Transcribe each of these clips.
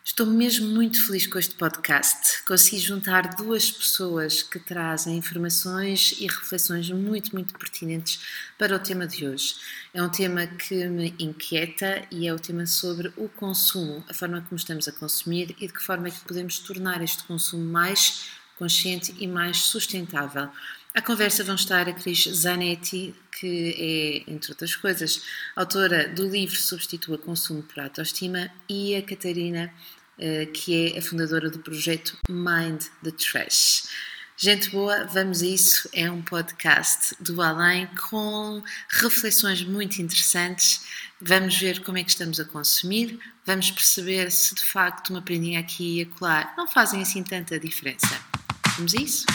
Estou mesmo muito feliz com este podcast. Consegui juntar duas pessoas que trazem informações e reflexões muito pertinentes para o tema de hoje. É um tema que me inquieta e é o tema sobre o consumo, a forma como estamos a consumir e de que forma é que podemos tornar este consumo mais consciente e mais sustentável. À conversa vão estar a Cris Zanetti, que é, entre outras coisas, autora do livro Substitua Consumo por Autoestima, e a Catarina, que é a fundadora do projeto Mind the Trash. Gente boa, vamos a isso. É um podcast do além com reflexões muito interessantes. Vamos ver como é que estamos a consumir, vamos perceber se de facto uma prendinha aqui e acolá não fazem assim tanta diferença. Vamos a isso?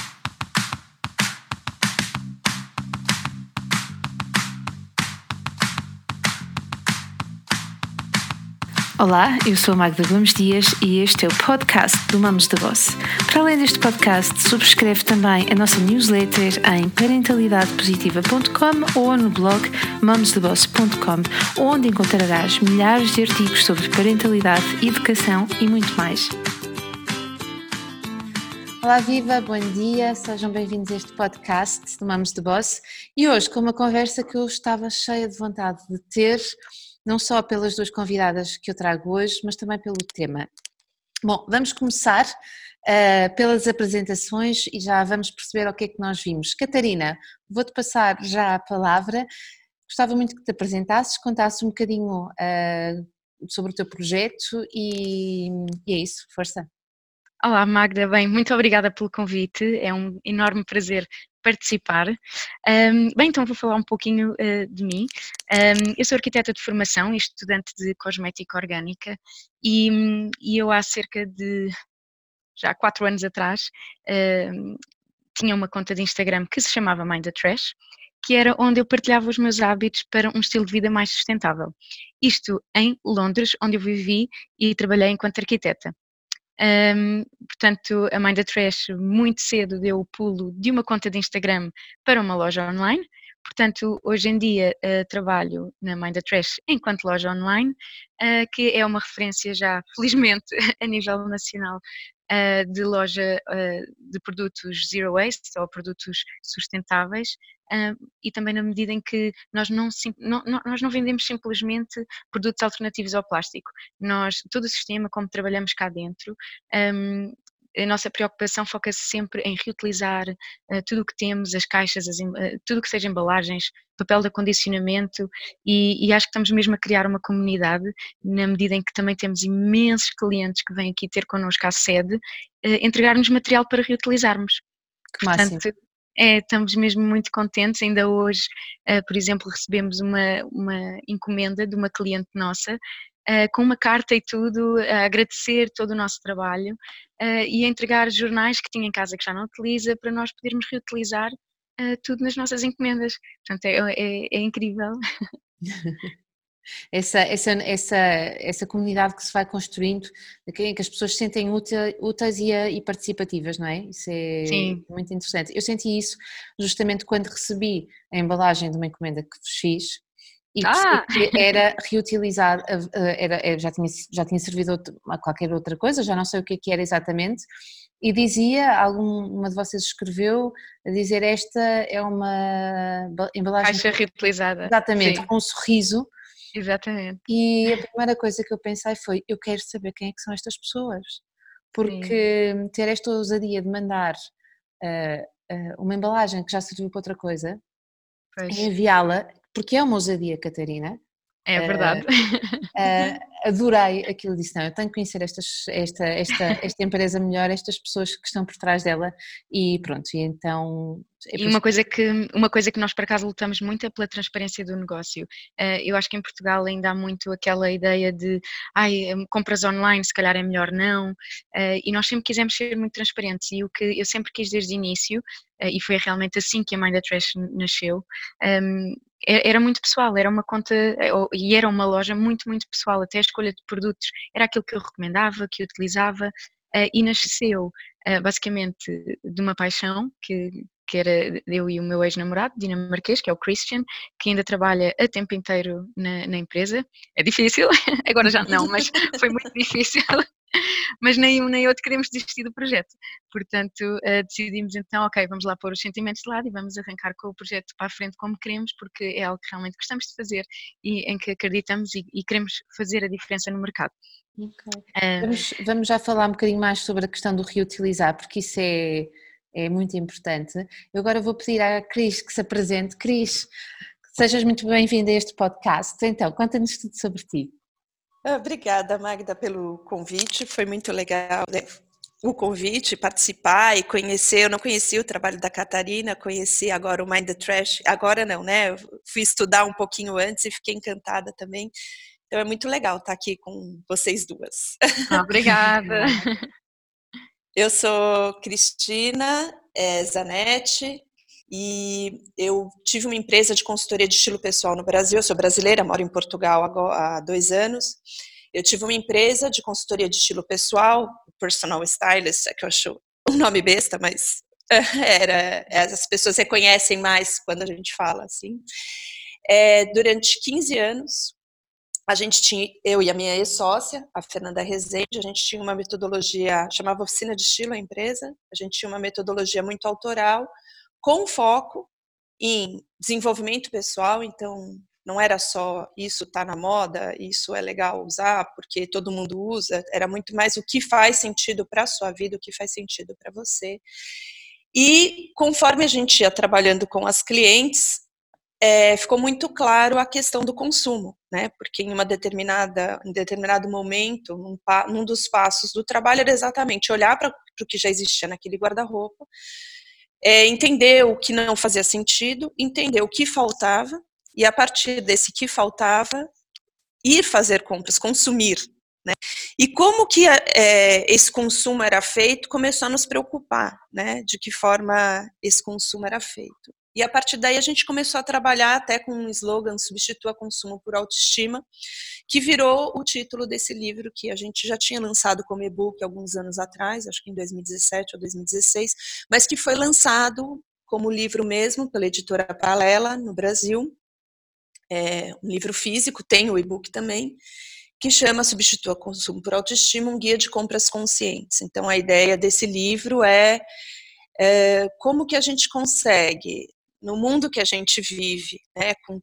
Olá, eu sou a Magda Gomes Dias e este é o podcast do Moms the Boss. Para além deste podcast, subscreve também a nossa newsletter em parentalidadepositiva.com ou no blog momstheboss.com, onde encontrarás milhares de artigos sobre parentalidade, educação e muito mais. Olá, viva, bom dia, sejam bem-vindos a este podcast do Moms the Boss e hoje com uma conversa que eu estava cheia de vontade de ter, não só pelas duas convidadas que eu trago hoje, mas também pelo tema. Bom, vamos começar pelas apresentações e já vamos perceber o que é que nós vimos. Catarina, vou-te passar já a palavra, gostava muito que te apresentasses, contasses um bocadinho sobre o teu projeto e é isso, força. Olá Magda, bem, muito obrigada pelo convite, é um enorme prazer participar. Bem, então vou falar um pouquinho de mim. Eu sou arquiteta de formação e estudante de cosmética orgânica e eu há cerca de, já 4 anos atrás, tinha uma conta de Instagram que se chamava Mind the Trash, que era onde eu partilhava os meus hábitos para um estilo de vida mais sustentável. Isto em Londres, onde eu vivi e trabalhei enquanto arquiteta. Portanto, a Mind the Trash muito cedo deu o pulo de uma conta de Instagram para uma loja online. Portanto, hoje em dia trabalho na Mind the Trash enquanto loja online, que é uma referência já, felizmente, a nível nacional de loja de produtos zero waste ou produtos sustentáveis, e também na medida em que nós não vendemos simplesmente produtos alternativos ao plástico. Todo o sistema, como trabalhamos cá dentro, a nossa preocupação foca-se sempre em reutilizar tudo o que temos, as caixas, tudo o que seja embalagens, papel de acondicionamento e acho que estamos mesmo a criar uma comunidade na medida em que também temos imensos clientes que vêm aqui ter connosco à sede, entregar-nos material para reutilizarmos. Que máximo. Portanto, estamos mesmo muito contentes, ainda hoje, por exemplo, recebemos uma encomenda de uma cliente nossa, com uma carta e tudo, a agradecer todo o nosso trabalho e a entregar jornais que tinha em casa que já não utiliza para nós podermos reutilizar tudo nas nossas encomendas. Portanto, é incrível. Essa comunidade que se vai construindo, em que as pessoas se sentem úteis e participativas, não é? Isso é Sim. muito interessante. Eu senti isso justamente quando recebi a embalagem de uma encomenda que vos fiz e percebi que era reutilizar, já tinha servido a qualquer outra coisa, já não sei o que era exatamente, e dizia, uma de vocês escreveu a dizer esta é uma embalagem… Caixa reutilizada. Exatamente, Sim. com um sorriso. Exatamente. E a primeira coisa que eu pensei foi, eu quero saber quem é que são estas pessoas, porque ter esta ousadia de mandar uma embalagem que já serviu para outra coisa e enviá-la, porque é uma ousadia, Catarina. É verdade. Adorei aquilo, disse, não, eu tenho que conhecer esta empresa melhor, estas pessoas que estão por trás dela e pronto, e então… E uma coisa que nós por acaso lutamos muito é pela transparência do negócio. Eu acho que em Portugal ainda há muito aquela ideia de compras online, se calhar é melhor não, e nós sempre quisemos ser muito transparentes e o que eu sempre quis desde o início, e foi realmente assim que a Mind the Trash nasceu, era muito pessoal, era uma conta e era uma loja muito pessoal, até a escolha de produtos era aquilo que eu recomendava, que eu utilizava, e nasceu basicamente de uma paixão que era eu e o meu ex-namorado dinamarquês, que é o Christian, que ainda trabalha a tempo inteiro na empresa. É difícil, agora já não, mas foi muito difícil. mas nem um nem outro queremos desistir do projeto. Portanto, decidimos então, ok, vamos lá pôr os sentimentos de lado e vamos arrancar com o projeto para a frente como queremos, porque é algo que realmente gostamos de fazer e em que acreditamos e queremos fazer a diferença no mercado. Ok. Vamos já falar um bocadinho mais sobre a questão do reutilizar, porque isso é muito importante. Eu agora vou pedir à Cris que se apresente. Cris, sejas muito bem-vinda a este podcast. Então, conta-nos tudo sobre ti. Obrigada, Magda, pelo convite. Foi muito legal, né, o convite, participar e conhecer. Eu não conhecia o trabalho da Catarina, conheci agora o Mind the Trash. Agora não, né? Eu fui estudar um pouquinho antes e fiquei encantada também. Então é muito legal estar aqui com vocês duas. Obrigada. Eu sou Cristina Zanetti e eu tive uma empresa de consultoria de estilo pessoal no Brasil. Eu sou brasileira, moro em Portugal agora, há 2 anos. Eu tive uma empresa de consultoria de estilo pessoal, Personal Stylist, que eu acho um nome besta, mas as pessoas reconhecem mais quando a gente fala assim. Durante 15 anos, a gente tinha, eu e a minha ex-sócia, a Fernanda Rezende, a gente tinha uma metodologia, chamava Oficina de Estilo a empresa, a gente tinha uma metodologia muito autoral, com foco em desenvolvimento pessoal, então não era só isso tá na moda, isso é legal usar porque todo mundo usa, era muito mais o que faz sentido para a sua vida, o que faz sentido para você. E conforme a gente ia trabalhando com as clientes, ficou muito claro a questão do consumo, né? Porque em determinado momento, num dos passos do trabalho era exatamente olhar para o que já existia naquele guarda-roupa, entender o que não fazia sentido, entender o que faltava e a partir desse que faltava ir fazer compras, consumir, né? E como que esse consumo era feito começou a nos preocupar, né? De que forma esse consumo era feito. E a partir daí a gente começou a trabalhar até com um slogan, substitua consumo por autoestima, que virou o título desse livro que a gente já tinha lançado como e-book alguns anos atrás, acho que em 2017 ou 2016, mas que foi lançado como livro mesmo pela editora Paralela no Brasil, um livro físico, tem o e-book também, que chama Substitua Consumo por Autoestima, um guia de compras conscientes. Então a ideia desse livro é como que a gente consegue, no mundo que a gente vive, né, com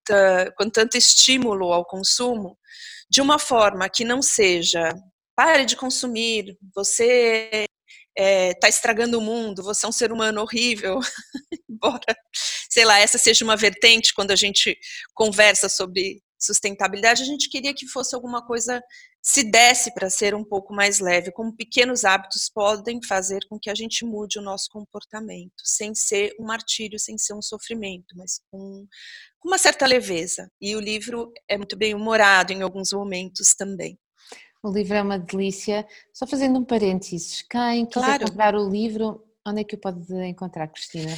tanto estímulo ao consumo, de uma forma que não seja pare de consumir, você está estragando o mundo, você é um ser humano horrível, embora, sei lá, essa seja uma vertente quando a gente conversa sobre sustentabilidade, a gente queria que fosse alguma coisa, se desse para ser um pouco mais leve, como pequenos hábitos podem fazer com que a gente mude o nosso comportamento, sem ser um martírio, sem ser um sofrimento, mas com uma certa leveza. E o livro é muito bem humorado em alguns momentos também. O livro é uma delícia. Só fazendo um parênteses, quem quiser Claro. comprar o livro, onde é que o pode encontrar, Cristina?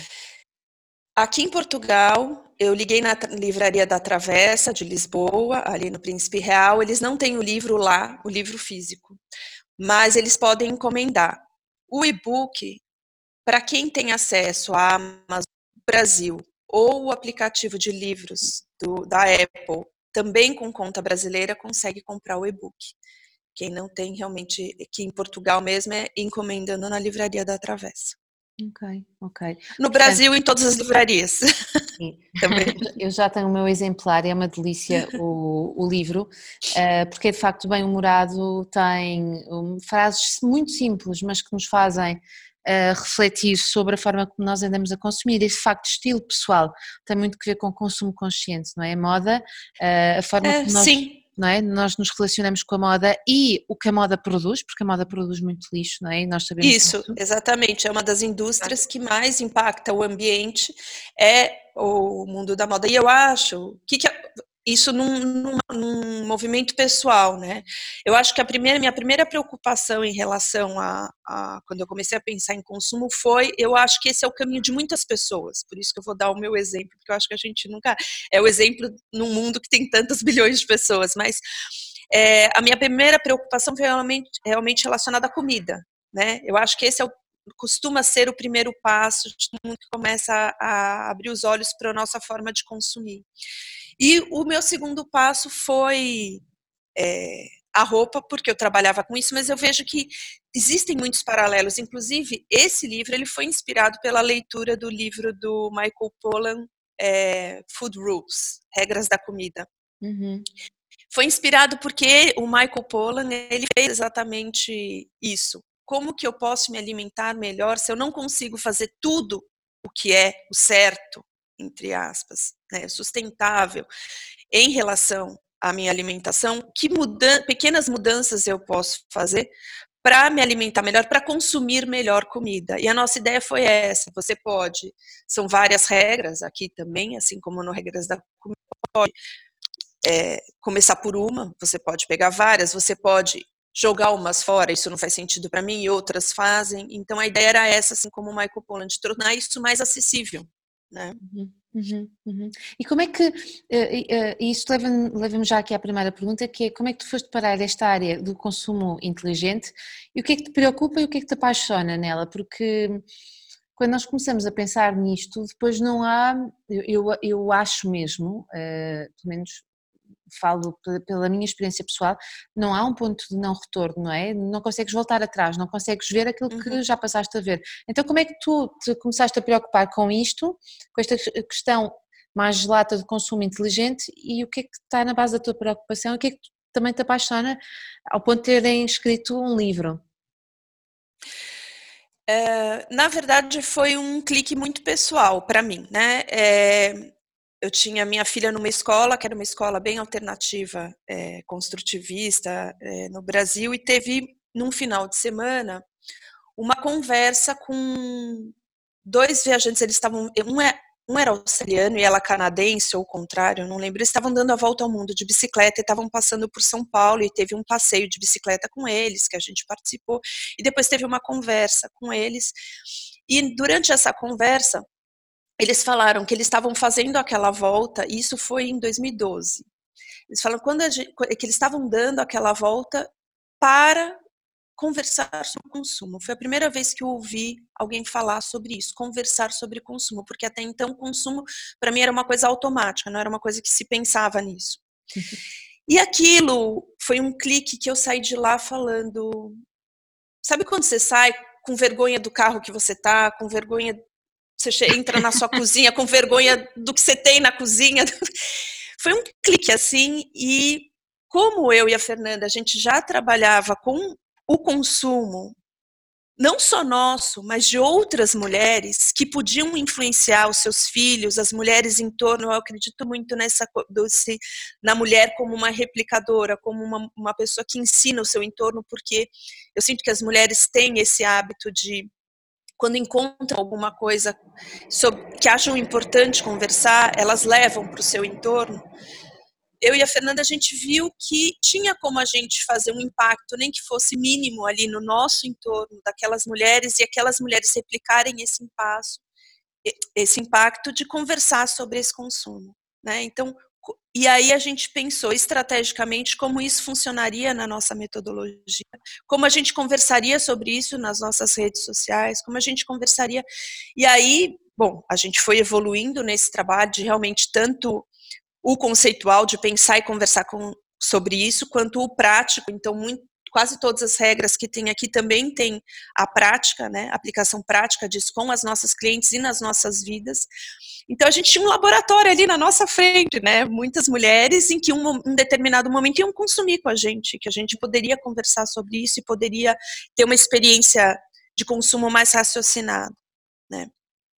Aqui em Portugal, eu liguei na livraria da Travessa, de Lisboa, ali no Príncipe Real. Eles não têm o livro lá, o livro físico, mas eles podem encomendar. O e-book, para quem tem acesso à Amazon Brasil ou o aplicativo de livros da Apple, também com conta brasileira, consegue comprar o e-book. Quem não tem, realmente, aqui em Portugal mesmo, é encomendando na livraria da Travessa. Ok. No Brasil, em todas as livrarias. Sim, eu já tenho o meu exemplar, é uma delícia o livro, porque é de facto bem humorado, tem frases muito simples, mas que nos fazem refletir sobre a forma como nós andamos a consumir. Esse facto estilo pessoal tem muito que ver com consumo consciente, não é? A moda, a forma como nós, Sim. não é? Nós nos relacionamos com a moda e o que a moda produz, porque a moda produz muito lixo, não é? E nós sabemos Isso, exatamente. É uma das indústrias que mais impacta o ambiente, é o mundo da moda. E eu acho isso num movimento pessoal, né? Eu acho que minha primeira preocupação em relação quando eu comecei a pensar em consumo foi, eu acho que esse é o caminho de muitas pessoas, por isso que eu vou dar o meu exemplo, porque eu acho que a gente nunca é o exemplo num mundo que tem tantos bilhões de pessoas, mas a minha primeira preocupação foi realmente relacionada à comida, né? Eu acho que esse costuma ser o primeiro passo de todo mundo que começa a abrir os olhos para a nossa forma de consumir. E o meu segundo passo foi a roupa, porque eu trabalhava com isso, mas eu vejo que existem muitos paralelos. Inclusive, esse livro ele foi inspirado pela leitura do livro do Michael Pollan, Food Rules, Regras da Comida. Uhum. Foi inspirado porque o Michael Pollan ele fez exatamente isso. Como que eu posso me alimentar melhor se eu não consigo fazer tudo o que é o certo, entre aspas, né, sustentável, em relação à minha alimentação? Que pequenas mudanças eu posso fazer para me alimentar melhor, para consumir melhor comida? E a nossa ideia foi essa. Você pode, são várias regras aqui também, assim como no Regras da Comida, pode começar por uma, você pode pegar várias, você pode jogar umas fora, isso não faz sentido para mim, e outras fazem. Então a ideia era essa, assim como o Michael Pollan, de tornar isso mais acessível, né? Uhum, uhum, uhum. E como é que, isto leva-me já aqui à primeira pergunta, que é como é que tu foste parar esta área do consumo inteligente e o que é que te preocupa e o que é que te apaixona nela? Porque quando nós começamos a pensar nisto, depois não há, eu acho mesmo, pelo menos falo pela minha experiência pessoal, não há um ponto de não retorno, não é? Não consegues voltar atrás, não consegues ver aquilo que já passaste a ver. Então como é que tu te começaste a preocupar com isto, com esta questão mais lata de consumo inteligente, e o que é que está na base da tua preocupação, e o que é que também te apaixona ao ponto de terem escrito um livro? Na verdade, foi um clique muito pessoal para mim, né? Eu tinha minha filha numa escola, que era uma escola bem alternativa, construtivista, no Brasil, e teve, num final de semana, uma conversa com dois viajantes. Eles estavam, um era australiano e ela canadense, ou o contrário, eu não lembro. Eles estavam dando a volta ao mundo de bicicleta e estavam passando por São Paulo, e teve um passeio de bicicleta com eles, que a gente participou, e depois teve uma conversa com eles. E durante essa conversa, eles falaram que eles estavam fazendo aquela volta, e isso foi em 2012. Eles falam que eles estavam dando aquela volta para conversar sobre consumo. Foi a primeira vez que eu ouvi alguém falar sobre isso, conversar sobre consumo, porque até então consumo para mim era uma coisa automática, não era uma coisa que se pensava nisso. E aquilo foi um clique que eu saí de lá falando, sabe quando você sai com vergonha do carro que você tá, com vergonha, você entra na sua cozinha com vergonha do que você tem na cozinha? Foi um clique assim, e como eu e a Fernanda, a gente já trabalhava com o consumo, não só nosso, mas de outras mulheres que podiam influenciar os seus filhos, as mulheres em torno. Eu acredito muito na mulher como uma replicadora, como uma pessoa que ensina o seu entorno, porque eu sinto que as mulheres têm esse hábito de, quando encontram alguma coisa que acham importante conversar, elas levam para o seu entorno. Eu e a Fernanda, a gente viu que tinha como a gente fazer um impacto, nem que fosse mínimo, ali no nosso entorno, daquelas mulheres, e aquelas mulheres replicarem esse impacto de conversar sobre esse consumo, né? Então, e aí a gente pensou estrategicamente como isso funcionaria na nossa metodologia, como a gente conversaria sobre isso nas nossas redes sociais, como a gente conversaria. E aí, bom, a gente foi evoluindo nesse trabalho de realmente tanto o conceitual, de pensar e conversar sobre isso, quanto o prático. Então, quase todas as regras que tem aqui também tem a prática, né, a aplicação prática disso com as nossas clientes e nas nossas vidas. Então, a gente tinha um laboratório ali na nossa frente, né, muitas mulheres em que um determinado momento iam consumir com a gente, que a gente poderia conversar sobre isso e poderia ter uma experiência de consumo mais raciocinado, né.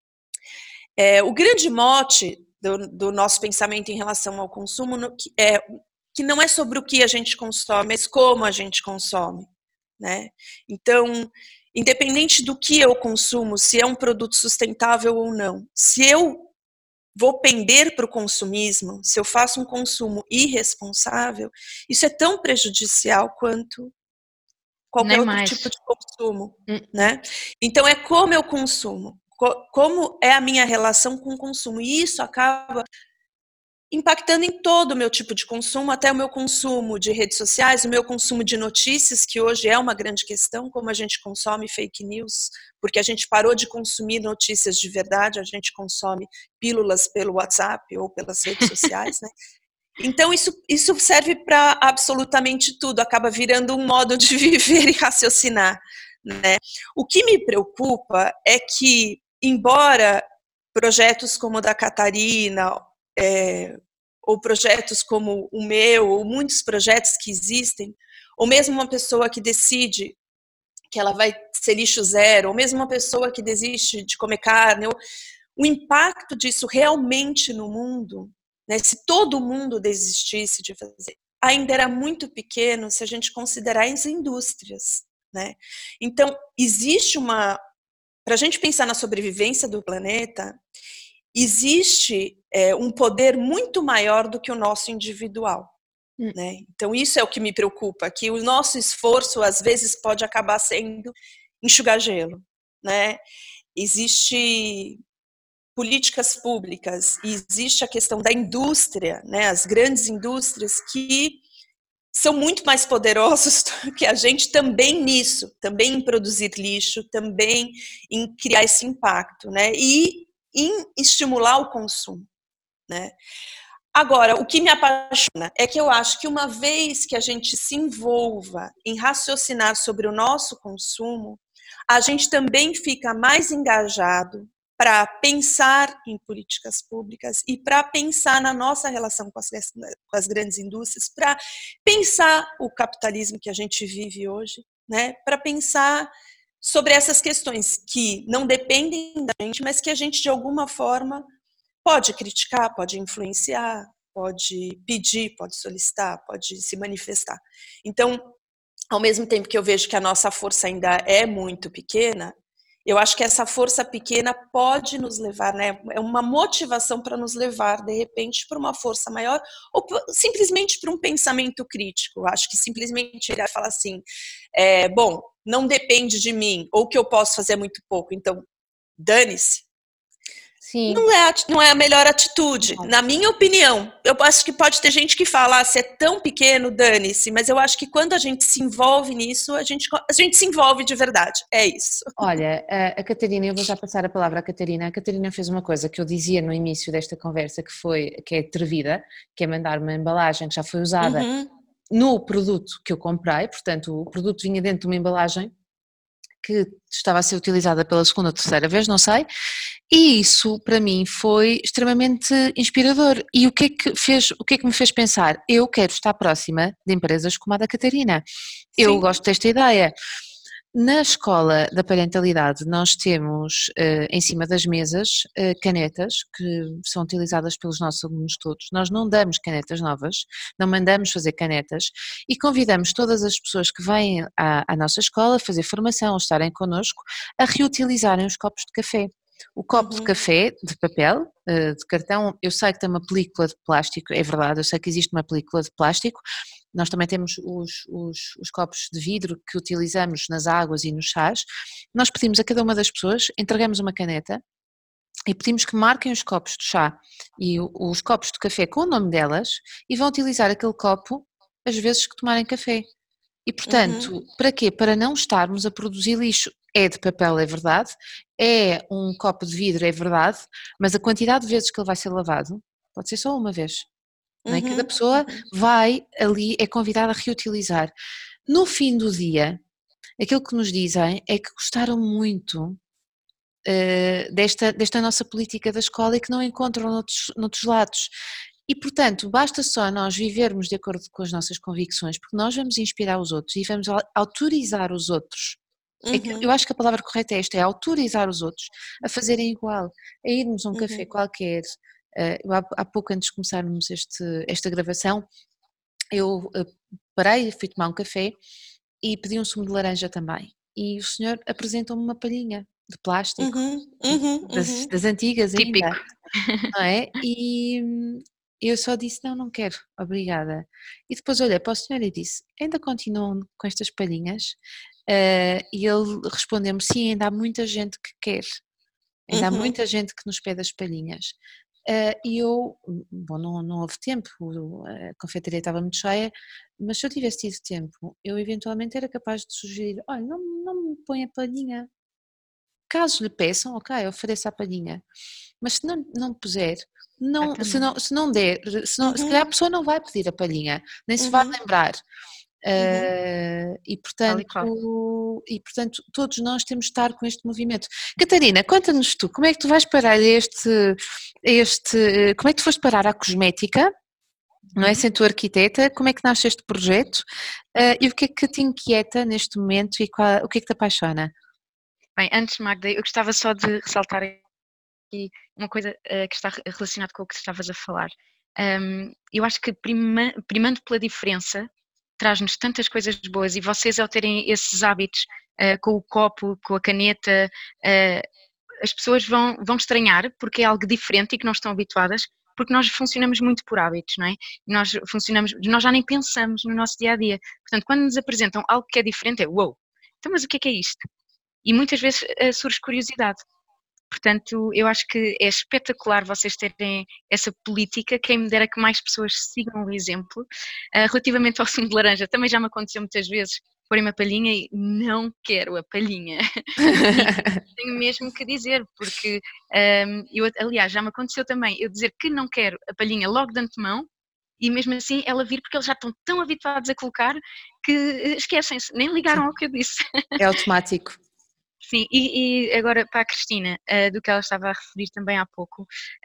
O grande mote do nosso pensamento em relação ao consumo que não é sobre o que a gente consome, mas como a gente consome, né? Então, independente do que eu consumo, se é um produto sustentável ou não, se eu vou pender para o consumismo, se eu faço um consumo irresponsável, isso é tão prejudicial quanto qualquer Nem outro mais. tipo de consumo, né? Então, é como eu consumo, como é a minha relação com o consumo, e isso acaba impactando em todo o meu tipo de consumo, até o meu consumo de redes sociais, o meu consumo de notícias, que hoje é uma grande questão, como a gente consome fake news, porque a gente parou de consumir notícias de verdade, a gente consome pílulas pelo WhatsApp ou pelas redes sociais, né? Então, isso serve para absolutamente tudo, acaba virando um modo de viver e raciocinar, né? O que me preocupa é que, embora projetos como o da Catarina, ou projetos como o meu, ou muitos projetos que existem, ou mesmo uma pessoa que decide que ela vai ser lixo zero, ou mesmo uma pessoa que desiste de comer carne, o impacto disso realmente no mundo, né, se todo mundo desistisse de fazer, ainda era muito pequeno se a gente considerar as indústrias, né? Então, existe para a gente pensar na sobrevivência do planeta, existe um poder muito maior do que o nosso individual. Né? Então, isso é o que me preocupa, que o nosso esforço, às vezes, pode acabar sendo enxugar gelo. Né? Existe políticas públicas e existe a questão da indústria, né? As grandes indústrias que são muito mais poderosos do que a gente também nisso, também em produzir lixo, também em criar esse impacto, né? E em estimular o consumo, né? Agora, o que me apaixona é que eu acho que uma vez que a gente se envolva em raciocinar sobre o nosso consumo, a gente também fica mais engajado para pensar em políticas públicas e para pensar na nossa relação com as grandes indústrias, para pensar o capitalismo que a gente vive hoje, né? Para pensar sobre essas questões que não dependem da gente, mas que a gente, de alguma forma, pode criticar, pode influenciar, pode pedir, pode solicitar, pode se manifestar. Então, ao mesmo tempo que eu vejo que a nossa força ainda é muito pequena, eu acho que essa força pequena pode nos levar, né? É uma motivação para nos levar, de repente, para uma força maior ou simplesmente para um pensamento crítico. Eu acho que simplesmente ele vai falar assim, bom, não depende de mim, ou que eu posso fazer muito pouco, então dane-se. Sim. Não é a melhor atitude, na minha opinião. Eu acho que pode ter gente que fala, se é tão pequeno, dane-se, mas eu acho que quando a gente se envolve nisso, a gente se envolve de verdade, é isso. Olha, a Catarina, eu vou já passar a palavra à Catarina. A Catarina fez uma coisa que eu dizia no início desta conversa, que é atrevida, que é mandar uma embalagem que já foi usada no produto que eu comprei, portanto o produto vinha dentro de uma embalagem que estava a ser utilizada pela segunda ou terceira vez, não sei, e isso para mim foi extremamente inspirador. E o que é que me fez pensar? Eu quero estar próxima de empresas como a da Catarina. Eu Sim. gosto desta ideia. Na escola da parentalidade nós temos em cima das mesas canetas que são utilizadas pelos nossos alunos todos. Nós não damos canetas novas, não mandamos fazer canetas e convidamos todas as pessoas que vêm à nossa escola fazer formação ou estarem connosco a reutilizarem os copos de café. O copo de café, de papel, de cartão, eu sei que tem uma película de plástico, é verdade, eu sei que existe uma película de plástico. Nós também temos os copos de vidro que utilizamos nas águas e nos chás. Nós pedimos a cada uma das pessoas, entregamos uma caneta e pedimos que marquem os copos de chá e os copos de café com o nome delas e vão utilizar aquele copo as vezes que tomarem café. E portanto, para quê? Para não estarmos a produzir lixo. É de papel, é verdade, é um copo de vidro, é verdade, mas a quantidade de vezes que ele vai ser lavado pode ser só uma vez. Não é? Cada pessoa vai ali, é convidada a reutilizar. No fim do dia, aquilo que nos dizem é que gostaram muito desta nossa política da escola e que não encontram noutros lados. E, portanto, basta só nós vivermos de acordo com as nossas convicções, porque nós vamos inspirar os outros e vamos autorizar os outros. Eu acho que a palavra correta é esta, é autorizar os outros a fazerem igual, a irmos a um café qualquer. Eu há pouco, antes de começarmos esta gravação, eu parei, fui tomar um café e pedi um sumo de laranja também. E o senhor apresentou-me uma palhinha de plástico, das antigas Típico. ainda, não é? E eu só disse, não, não quero, obrigada. E depois olhei para o senhor e disse, ainda continuam com estas palhinhas? E ele respondeu-me, sim, ainda há muita gente que quer, ainda há muita gente que nos pede as palhinhas. E eu, bom, não houve tempo, a confeitaria estava muito cheia, mas se eu tivesse tido tempo, eu eventualmente era capaz de sugerir, olha, não me põe a palhinha, caso lhe peçam, ok, ofereça a palhinha. Mas se não puser, se não der, se calhar a Uhum, pessoa não vai pedir a palhinha, nem se vai uhum, lembrar. uhum. E Tal e qual. portanto todos nós temos de estar com este movimento. Catarina, conta-nos tu, como é que tu vais parar como é que tu foste parar à cosmética, não é? Uhum. Sendo tu arquiteta, como é que nasce este projeto? E o que é que te inquieta neste momento e o que é que te apaixona? Bem, antes, Magda, eu gostava só de ressaltar aqui uma coisa que está relacionada com o que estavas a falar. Eu acho que primando pela diferença, traz-nos tantas coisas boas e vocês ao terem esses hábitos com o copo, com a caneta, as pessoas vão estranhar porque é algo diferente e que não estão habituadas, porque nós funcionamos muito por hábitos, não é? Nós já nem pensamos no nosso dia a dia. Portanto, quando nos apresentam algo que é diferente, é uou, então mas o que é isto? E muitas vezes surge curiosidade. Portanto, eu acho que é espetacular vocês terem essa política, quem me dera que mais pessoas sigam o exemplo. Relativamente ao sumo de laranja, também já me aconteceu muitas vezes porem uma palhinha e não quero a palhinha. E tenho mesmo que dizer, porque aliás, já me aconteceu também eu dizer que não quero a palhinha logo de antemão e mesmo assim ela vir porque eles já estão tão habituados a colocar que esquecem-se, nem ligaram ao que eu disse. É automático. Sim, e agora para a Cristina, do que ela estava a referir também há pouco,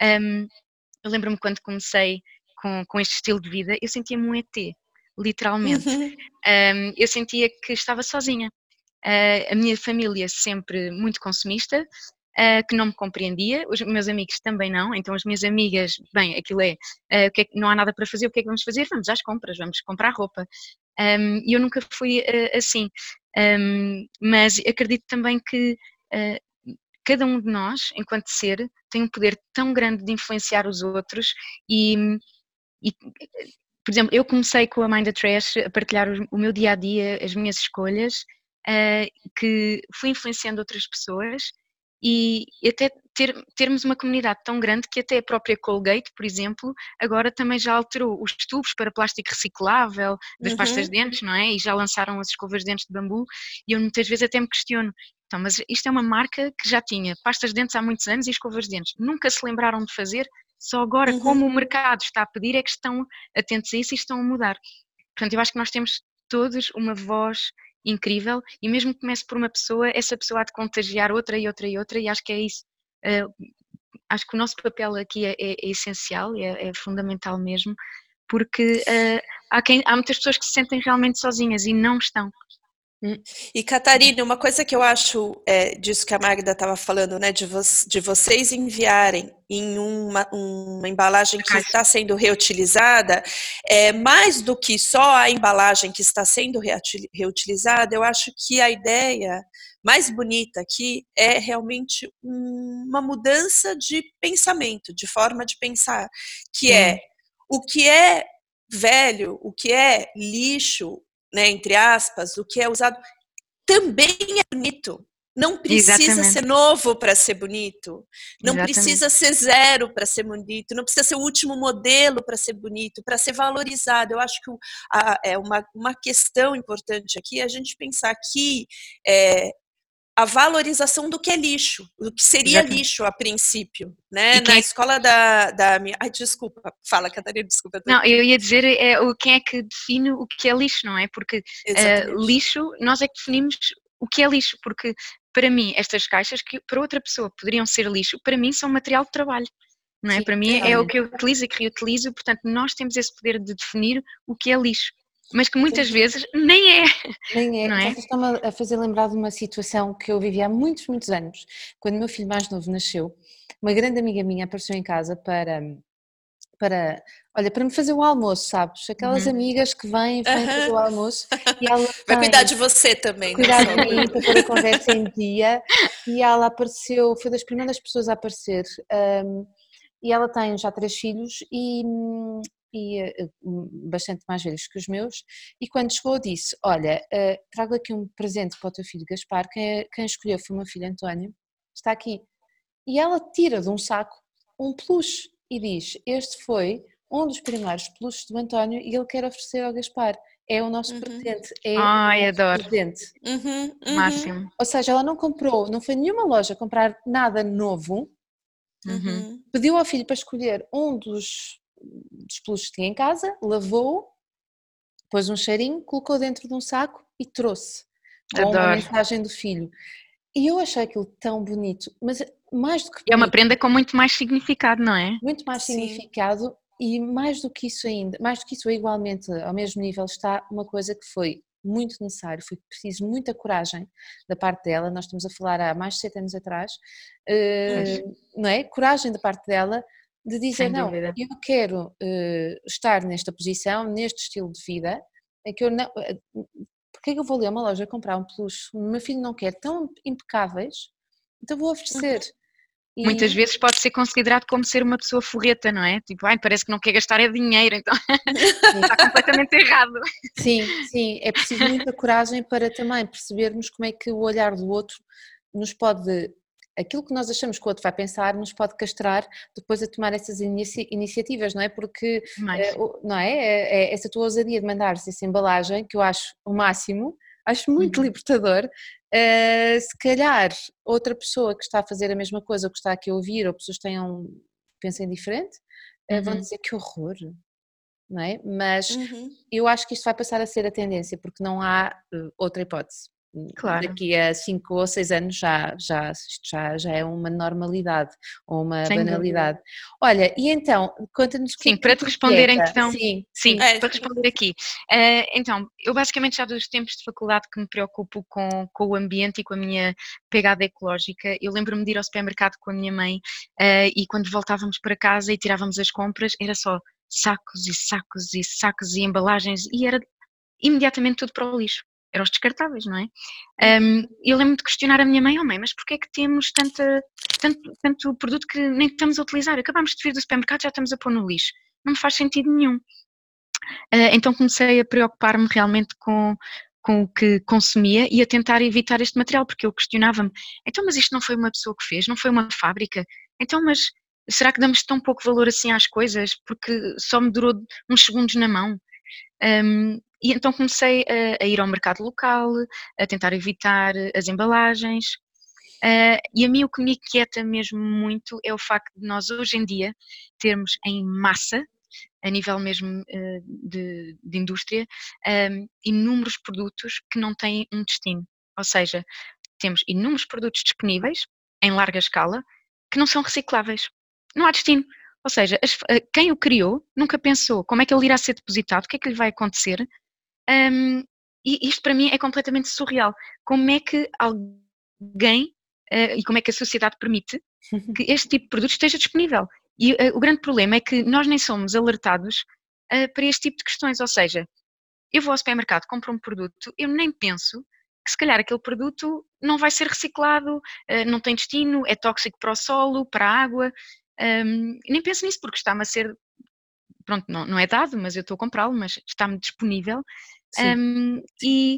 eu lembro-me quando comecei com este estilo de vida, eu sentia-me um ET, literalmente. Uhum, Eu sentia que estava sozinha. A minha família sempre muito consumista, que não me compreendia, os meus amigos também não, então as minhas amigas, bem, aquilo não há nada para fazer, o que é que vamos fazer? Vamos às compras, vamos comprar roupa. E eu nunca fui assim, mas acredito também que cada um de nós, enquanto ser, tem um poder tão grande de influenciar os outros e por exemplo, eu comecei com a Mind the Trash a partilhar o meu dia a dia, as minhas escolhas, que fui influenciando outras pessoas e até termos uma comunidade tão grande que até a própria Colgate, por exemplo, agora também já alterou os tubos para plástico reciclável das pastas uhum. de dentes, não é? E já lançaram as escovas de dentes de bambu e eu muitas vezes até me questiono, então, mas isto é uma marca que já tinha pastas de dentes há muitos anos e escovas de dentes, nunca se lembraram de fazer, só agora, como Uhum. o mercado está a pedir, é que estão atentos a isso e estão a mudar. Portanto, eu acho que nós temos todos uma voz incrível e mesmo que comece por uma pessoa, essa pessoa há de contagiar outra e outra e outra e acho que é isso. Acho que o nosso papel aqui é essencial, é fundamental mesmo, porque há muitas pessoas que se sentem realmente sozinhas e não estão. E Catarina, uma coisa que eu acho disso que a Magda estava falando, né, de vocês enviarem em uma embalagem A que caixa. está sendo reutilizada, mais do que só a embalagem que está sendo reutilizada, eu acho que a ideia mais bonita aqui é realmente uma mudança de pensamento, de forma de pensar, que é Sim, o que é velho, o que é lixo, né, entre aspas, o que é usado também é bonito. Não precisa ser exatamente, novo para ser bonito, não exatamente. precisa ser zero para ser bonito, não precisa ser o último modelo para ser bonito, para ser valorizado. Eu acho que é uma questão importante aqui a gente pensar que a valorização do que é lixo, do que seria Exatamente. lixo a princípio, né? E Na quem é escola da minha... Ai, desculpa, fala, Catarina, desculpa. Não, eu ia dizer quem é que define o que é lixo, não é? Porque Exatamente. lixo, nós é que definimos o que é lixo, porque para mim estas caixas que para outra pessoa poderiam ser lixo, para mim são material de trabalho, não é? Sim, Para mim é o totalmente. que eu utilizo e que reutilizo, portanto nós temos esse poder de definir o que é lixo, mas que muitas vezes nem é, Nem é. não é? Vocês estão a fazer lembrar de uma situação que eu vivi há muitos, muitos anos, quando o meu filho mais novo nasceu. Uma grande amiga minha apareceu em casa olha, para me fazer o almoço, sabes? Aquelas Uhum. amigas que vêm fazer o Uhum. almoço e ela Vai cuidar tem de você para também, não cuidar de só. mim, para pôr a conversa em dia, e ela apareceu, foi das primeiras pessoas a aparecer, e ela tem já 3 filhos bastante mais velhos que os meus, e quando chegou disse, olha, trago aqui um presente para o teu filho Gaspar, quem escolheu foi o meu filho António, está aqui. E ela tira de um saco um peluche e diz, este foi um dos primeiros peluches do António e ele quer oferecer ao Gaspar. é o nosso Uhum. presente, é o Ai, nosso adoro. presente. Uhum, uhum, Máximo. Ou seja, ela não comprou, não foi nenhuma loja comprar nada novo, Uhum. uhum. pediu ao filho para escolher um dos peluches que tinha em casa, lavou, pôs um cheirinho, colocou dentro de um saco e trouxe, com uma Adoro. mensagem do filho. E eu achei aquilo tão bonito, mas mais do que É uma bonito, prenda com muito mais significado, não é? muito mais Sim. significado e mais do que isso ainda, mais do que isso, igualmente ao mesmo nível está uma coisa que foi muito necessário, foi preciso muita coragem da parte dela, nós estamos a falar há mais de 7 anos atrás, Pois, não é? Coragem da parte dela de dizer, sem não, dúvida. eu quero estar nesta posição, neste estilo de vida, é que eu não, porque é que eu vou ali a uma loja comprar um peluche, o meu filho não quer, tão impecáveis, então vou oferecer. Uhum. Muitas E vezes pode ser considerado como ser uma pessoa forreta, não é? Tipo, ai, parece que não quer gastar é dinheiro, então está completamente errado. sim, sim, é preciso muita coragem para também percebermos como é que o olhar do outro nos pode, aquilo que nós achamos que o outro vai pensar, nos pode castrar depois a tomar essas iniciativas, não é? Porque, Mais. não é? Essa tua ousadia de mandar-se essa embalagem, que eu acho o máximo, acho muito Uhum. libertador, se calhar outra pessoa que está a fazer a mesma coisa, ou que está aqui a ouvir, ou pessoas que tenham, pensem diferente, vão Uhum. dizer que horror, não é? Mas Uhum. eu acho que isto vai passar a ser a tendência, porque não há outra hipótese. Claro, Daqui a 5 ou 6 anos isto já é uma normalidade ou uma sem dúvida. banalidade. Olha, e então, conta-nos o que é Sim, que para te te responder inquieta? então, Sim, sim, sim, É, para responder aqui. Então, eu basicamente já dos tempos de faculdade que me preocupo com o ambiente e com a minha pegada ecológica. Eu lembro-me de ir ao supermercado com a minha mãe, e quando voltávamos para casa e tirávamos as compras, era só sacos e sacos e sacos e embalagens e era imediatamente tudo para o lixo. Eram os descartáveis, não é? uhum. Eu lembro-me de questionar a minha mãe, oh mãe, mas porquê é que temos tanto produto que nem estamos a utilizar? Acabámos de vir do supermercado, já estamos a pôr no lixo. Não me faz sentido nenhum. Então comecei a preocupar-me realmente com o que consumia e a tentar evitar este material, porque eu questionava-me, então mas isto não foi uma pessoa que fez, não foi uma fábrica? Então mas será que damos tão pouco valor assim às coisas porque só me durou uns segundos na mão? E então comecei a ir ao mercado local, a tentar evitar as embalagens. E a mim o que me inquieta mesmo muito é o facto de nós hoje em dia termos em massa, a nível mesmo de indústria, inúmeros produtos que não têm um destino. Ou seja, temos inúmeros produtos disponíveis, em larga escala, que não são recicláveis. Não há destino. Ou seja, quem o criou nunca pensou como é que ele irá ser depositado, o que é que lhe vai acontecer. Um, e isto para mim é completamente surreal. Como é que alguém, e como é que a sociedade permite que este tipo de produto esteja disponível? E o grande problema é que nós nem somos alertados para este tipo de questões. Ou seja, eu vou ao supermercado, compro um produto, eu nem penso que se calhar aquele produto não vai ser reciclado, não tem destino, é tóxico para o solo, para a água. Nem penso nisso porque está-me a ser, pronto, não é dado, mas eu estou a comprá-lo, mas está-me disponível. sim. E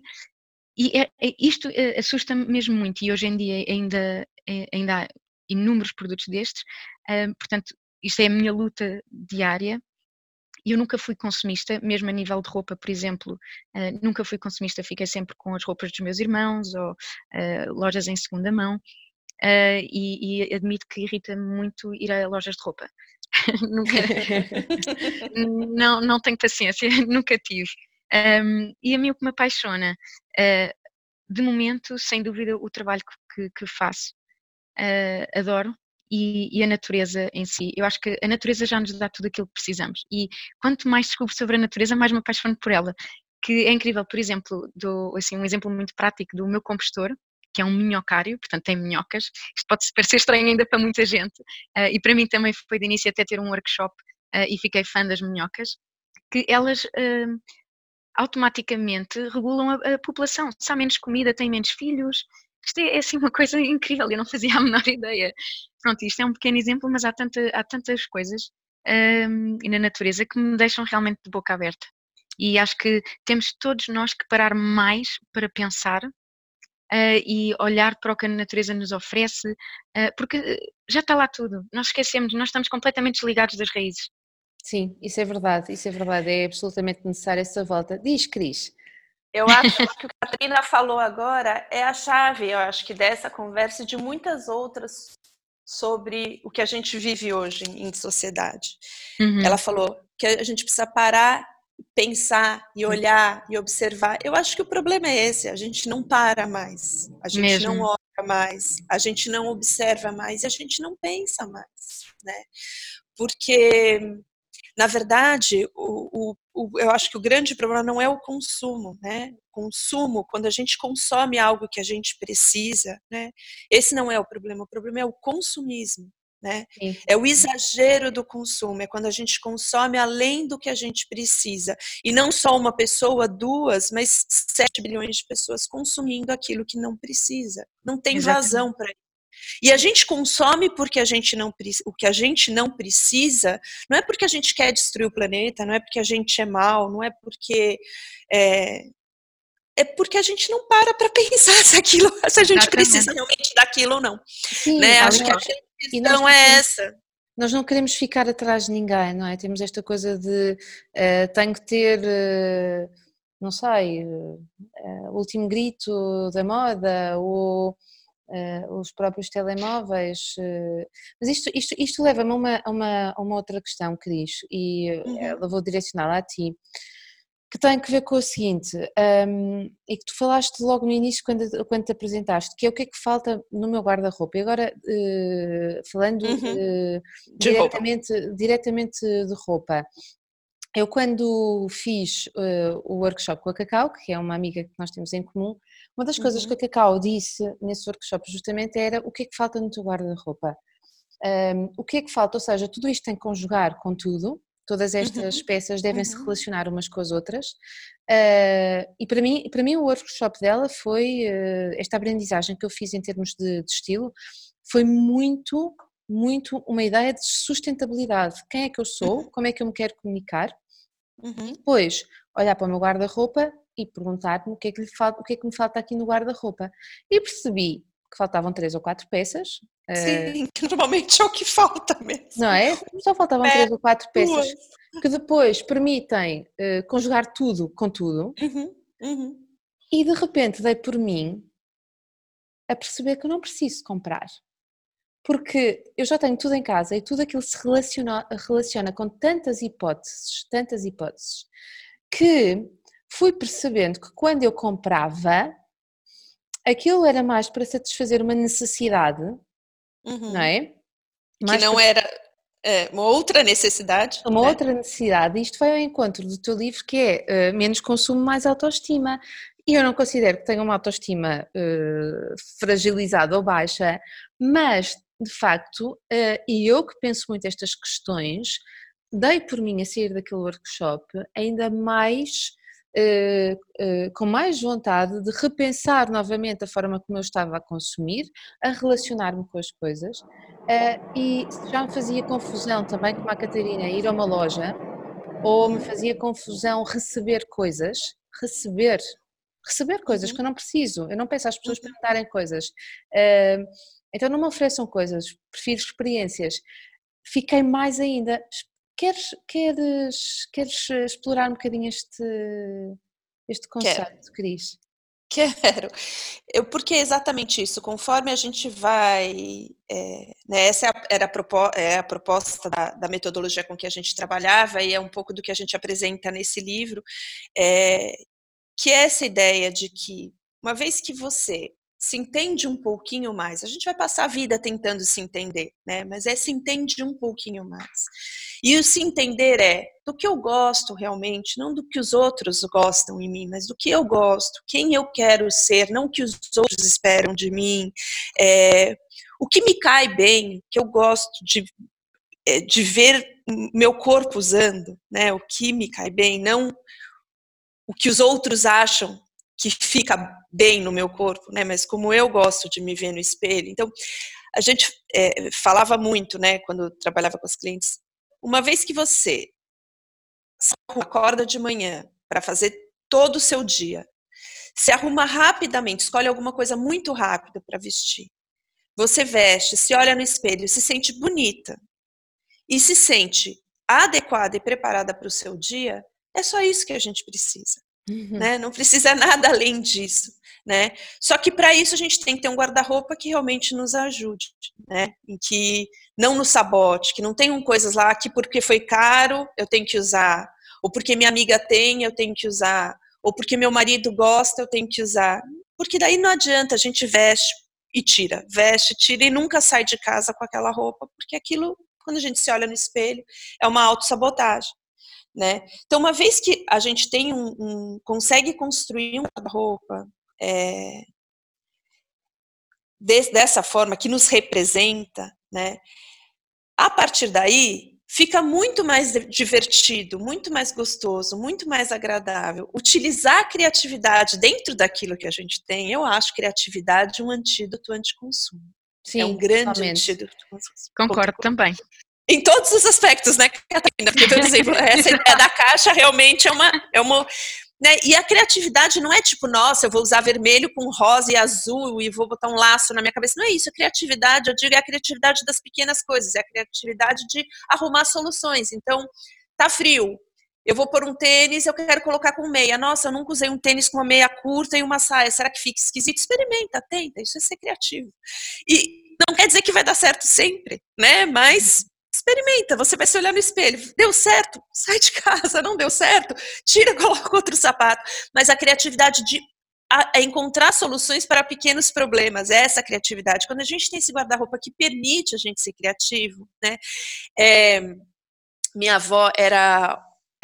isto assusta-me mesmo muito e hoje em dia ainda há inúmeros produtos destes, portanto, isto é a minha luta diária. E eu nunca fui consumista, mesmo a nível de roupa, por exemplo, nunca fui consumista, fiquei sempre com as roupas dos meus irmãos ou lojas em segunda mão, e admito que irrita-me muito ir a lojas de roupa. Nunca, não tenho paciência, nunca tive. E a mim o que me apaixona, de momento, sem dúvida, o trabalho que faço, adoro, e a natureza em si. Eu acho que a natureza já nos dá tudo aquilo que precisamos. E quanto mais descubro sobre a natureza, mais me apaixono por ela. Que é incrível, por exemplo, dou assim, um exemplo muito prático do meu compostor, que é um minhocário, portanto tem minhocas. Isto pode parecer estranho ainda para muita gente, e para mim também foi de início até ter um workshop, e fiquei fã das minhocas, que elas automaticamente regulam a população. Se há menos comida, tem menos filhos. Isto é assim uma coisa incrível, eu não fazia a menor ideia. Pronto, isto é um pequeno exemplo, mas há tantas coisas na natureza que me deixam realmente de boca aberta. E acho que temos todos nós que parar mais para pensar, e olhar para o que a natureza nos oferece, porque já está lá tudo. Nós esquecemos, nós estamos completamente desligados das raízes. Sim, isso é verdade, é absolutamente necessária essa volta. Diz, Cris. Eu acho que o que a Catarina falou agora é a chave, eu acho que dessa conversa e de muitas outras sobre o que a gente vive hoje em sociedade. Ela falou que a gente precisa parar, pensar e olhar e observar. Eu acho que o problema é esse, a gente não para mais, a gente não Mesmo. olha mais, a gente não observa mais e a gente não pensa mais, né? Porque na verdade, eu acho que o grande problema não é o consumo, né? Consumo, quando a gente consome algo que a gente precisa, né? Esse não é o problema é o consumismo, né? Sim. É o exagero do consumo, é quando a gente consome além do que a gente precisa. E não só uma pessoa, duas, mas 7 bilhões de pessoas consumindo aquilo que não precisa. Não tem Exatamente. vazão para isso. E a gente consome porque o que a gente não precisa, não é porque a gente quer destruir o planeta, não é porque a gente é mal, não é porque é porque a gente não para pensar se a gente precisa Exatamente. realmente daquilo ou não. Sim, Né? Acho que a aliás, grande e nós questão não é queremos, essa. nós não queremos ficar atrás de ninguém, não é? Temos esta coisa de tenho que ter, não sei, o último grito da moda, ou os próprios telemóveis. Mas isto leva-me a uma outra questão, Cris, e Uhum, vou direcioná-la a ti, que tem que ver com o seguinte, e que tu falaste logo no início quando te apresentaste, que é o que é que falta no meu guarda-roupa. E agora, falando uhum. De roupa. diretamente de roupa, eu quando fiz o workshop com a Cacau, que é uma amiga que nós temos em comum, uma das coisas que a Uhum, Cacau disse nesse workshop justamente era o que é que falta no teu guarda-roupa. O que é que falta? Ou seja, tudo isto tem que conjugar com tudo, todas estas uhum, peças devem se uhum, relacionar umas com as outras, e para mim o workshop dela foi, esta aprendizagem que eu fiz em termos de estilo, foi muito uma ideia de sustentabilidade. Quem é que eu sou? Como é que eu me quero comunicar? E uhum. depois olhar para o meu guarda-roupa e perguntar-me o que é que o que é que me falta aqui no guarda-roupa. E percebi que faltavam 3 ou 4 peças, Sim, que normalmente é o que falta não mesmo. é? Só faltavam É, 3 ou 4 peças duas. que depois permitem conjugar tudo com tudo, Uhum, uhum, e de repente dei por mim a perceber que eu não preciso comprar. Porque eu já tenho tudo em casa e tudo aquilo se relaciona com tantas hipóteses, que fui percebendo que quando eu comprava, aquilo era mais para satisfazer uma necessidade, não uhum. é? Que Mais não para era uma outra necessidade, uma né? outra necessidade, e isto vai ao encontro do teu livro, que é menos consumo, mais autoestima. E eu não considero que tenha uma autoestima fragilizada ou baixa, mas de facto, e eu que penso muito estas questões, dei por mim a sair daquele workshop ainda mais, com mais vontade de repensar novamente a forma como eu estava a consumir, a relacionar-me com as coisas. E se já me fazia confusão também, como a Catarina, ir a uma loja, ou me Uhum, fazia confusão receber coisas, receber, receber coisas que uhum, eu não preciso, eu não peço às pessoas para uhum. me darem coisas. Eh, então não me ofereçam coisas, prefiro experiências. Fiquei mais ainda. Queres explorar um bocadinho este Quero, conceito, Cris? quero. Porque é exatamente isso. Conforme a gente vai, né, essa é a proposta da metodologia com que a gente trabalhava e é um pouco do que a gente apresenta nesse livro, é, que é essa ideia de que uma vez que você se entende um pouquinho mais, a gente vai passar a vida tentando se entender, né? Mas se entende um pouquinho mais. E o se entender é do que eu gosto realmente, não do que os outros gostam em mim, mas do que eu gosto, quem eu quero ser, não o que os outros esperam de mim, o que me cai bem, que eu gosto de ver meu corpo usando, né? O que me cai bem, não o que os outros acham que fica bem no meu corpo, né? Mas como eu gosto de me ver no espelho. Então, a gente falava muito, né? Quando eu trabalhava com os clientes, uma vez que você acorda de manhã para fazer todo o seu dia, se arruma rapidamente, escolhe alguma coisa muito rápida para vestir. Você veste, se olha no espelho, se sente bonita e se sente adequada e preparada para o seu dia, é só isso que a gente precisa. Né? Não precisa nada além disso. Né? Só que para isso a gente tem que ter um guarda-roupa que realmente nos ajude, né? Em que não nos sabote, que não tenham coisas lá que porque foi caro eu tenho que usar, ou porque minha amiga tem eu tenho que usar, ou porque meu marido gosta eu tenho que usar, porque daí não adianta, a gente veste e tira e nunca sai de casa com aquela roupa, porque aquilo, quando a gente se olha no espelho, é uma autossabotagem. Né? Então, uma vez que a gente tem consegue construir um guarda-roupa dessa forma, que nos representa, né? A partir daí, fica muito mais divertido, muito mais gostoso, muito mais agradável. Utilizar a criatividade dentro daquilo que a gente tem, eu acho criatividade um antídoto anticonsumo. Sim, é um grande totalmente. antídoto. Concordo também. Em todos os aspectos, né, Catarina? Porque, por exemplo, essa ideia da caixa realmente é uma né? E a criatividade não é tipo, nossa, eu vou usar vermelho com rosa e azul e vou botar um laço na minha cabeça. Não é isso. A criatividade, eu digo, é a criatividade das pequenas coisas, é a criatividade de arrumar soluções. Então, tá frio, eu vou pôr um tênis, eu quero colocar com meia. Nossa, eu nunca usei um tênis com uma meia curta e uma saia. Será que fica esquisito? Experimenta, tenta. Isso é ser criativo. E não quer dizer que vai dar certo sempre, né? Mas experimenta, você vai se olhar no espelho. Deu certo? Sai de casa. Não deu certo? Tira, coloca outro sapato. Mas a criatividade de encontrar soluções para pequenos problemas, é essa criatividade. Quando a gente tem esse guarda-roupa que permite a gente ser criativo, né? Minha avó era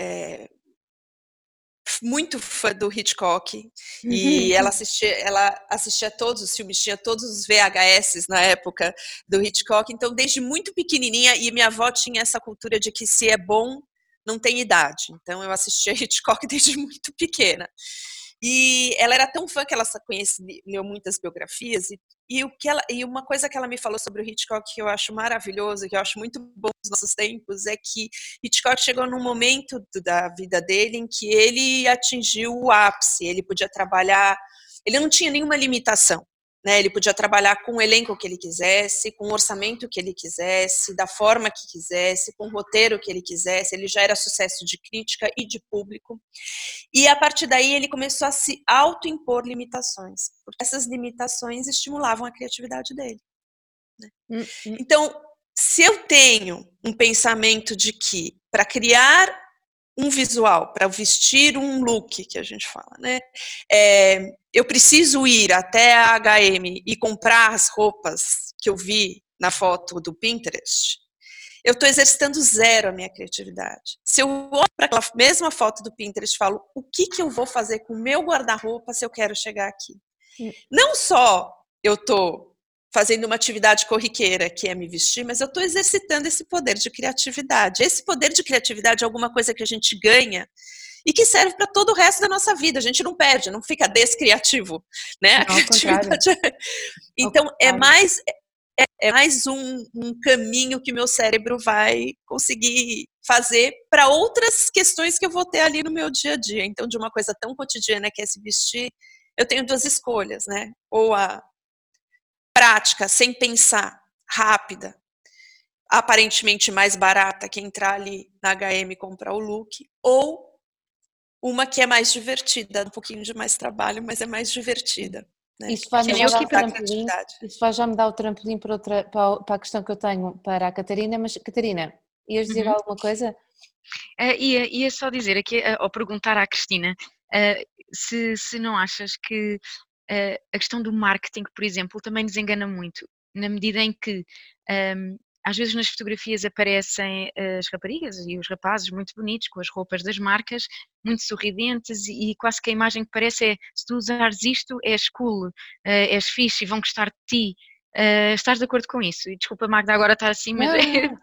muito fã do Hitchcock e ela assistia todos os filmes, tinha todos os VHS na época do Hitchcock, então desde muito pequenininha, e minha avó tinha essa cultura de que se é bom, não tem idade, então eu assistia Hitchcock desde muito pequena. E ela era tão fã que ela leu muitas biografias e uma coisa que ela me falou sobre o Hitchcock que eu acho maravilhoso, que eu acho muito bom nos nossos tempos, é que Hitchcock chegou num momento da vida dele em que ele atingiu o ápice, ele podia trabalhar, ele não tinha nenhuma limitação. Né, ele podia trabalhar com o elenco que ele quisesse, com o orçamento que ele quisesse, da forma que quisesse, com o roteiro que ele quisesse. Ele já era sucesso de crítica e de público. E a partir daí ele começou a se autoimpor limitações, porque essas limitações estimulavam a criatividade dele. Né? Então, se eu tenho um pensamento de que para criar um visual, para vestir um look, que a gente fala, né? Eu preciso ir até a H&M e comprar as roupas que eu vi na foto do Pinterest, eu estou exercitando zero a minha criatividade. Se eu olho para aquela mesma foto do Pinterest e falo, o que eu vou fazer com o meu guarda-roupa se eu quero chegar aqui? Não só eu estou fazendo uma atividade corriqueira, que é me vestir, mas eu estou exercitando esse poder de criatividade. Esse poder de criatividade é alguma coisa que a gente ganha e que serve para todo o resto da nossa vida. A gente não perde, não fica descriativo, né? Não, a criatividade. Então, é mais um caminho que meu cérebro vai conseguir fazer para outras questões que eu vou ter ali no meu dia a dia. Então, de uma coisa tão cotidiana que é se vestir, eu tenho duas escolhas, né? Ou a prática, sem pensar, rápida, aparentemente mais barata, que entrar ali na H&M e comprar o look, ou uma que é mais divertida, um pouquinho de mais trabalho, mas é mais divertida. Né? Isso vai já me dar o trampolim para a questão que eu tenho para a Catarina, mas Catarina, ias dizer alguma coisa? Ia só dizer aqui, ao perguntar à Cristina, se não achas que a questão do marketing, por exemplo, também nos engana muito, na medida em que às vezes nas fotografias aparecem as raparigas e os rapazes muito bonitos, com as roupas das marcas, muito sorridentes, e quase que a imagem que parece é, se tu usares isto, és cool, és fixe e vão gostar de ti. Estás de acordo com isso? E desculpa, Magda, agora estar assim, mas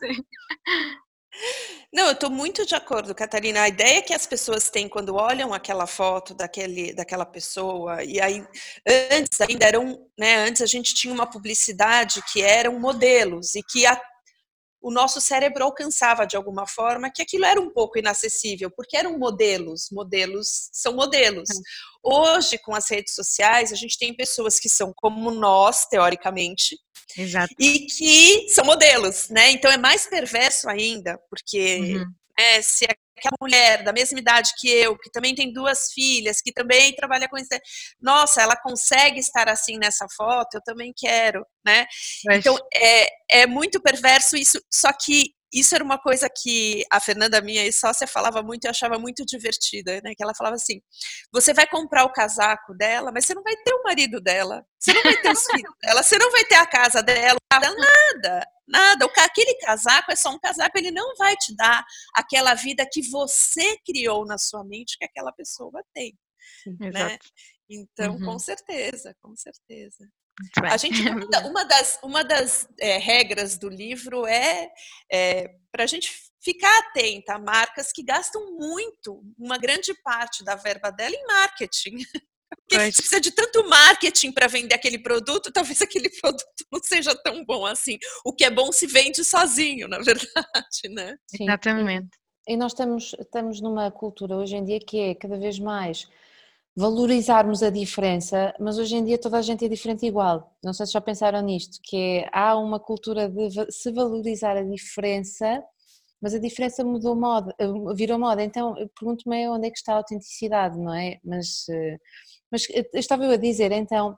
Não, eu estou muito de acordo, Catarina. A ideia que as pessoas têm quando olham aquela foto daquela pessoa, e aí antes ainda eram, né, antes a gente tinha uma publicidade que eram modelos e que o nosso cérebro alcançava de alguma forma que aquilo era um pouco inacessível, porque eram modelos são modelos. Hoje, com as redes sociais, a gente tem pessoas que são como nós, teoricamente, Exato. E que são modelos, né? Então é mais perverso ainda, porque se aquela mulher da mesma idade que eu, que também tem 2 filhas, que também trabalha com isso, nossa, ela consegue estar assim nessa foto, eu também quero, né? Então é muito perverso isso, só que isso era uma coisa que a Fernanda, minha ex-sócia, falava muito e eu achava muito divertida, né? Que ela falava assim, você vai comprar o casaco dela, mas você não vai ter o marido dela, você não vai ter os filhos dela, você não vai ter a casa dela, nada, nada. Aquele casaco é só um casaco, ele não vai te dar aquela vida que você criou na sua mente que aquela pessoa tem, né? Exato. Então, com certeza, com certeza. Muito bem. A gente, uma das regras do livro é para a gente ficar atenta a marcas que gastam muito, uma grande parte da verba dela em marketing. Porque você precisa de tanto marketing para vender aquele produto, talvez aquele produto não seja tão bom assim. O que é bom se vende sozinho, na verdade, né? Sim. Exatamente. E nós estamos numa cultura hoje em dia que é cada vez mais valorizarmos a diferença, mas hoje em dia toda a gente é diferente igual. Não sei se já pensaram nisto, que é, há uma cultura de se valorizar a diferença, mas a diferença virou moda. Então eu pergunto-me onde é que está a autenticidade, não é? Mas estava eu a dizer, então,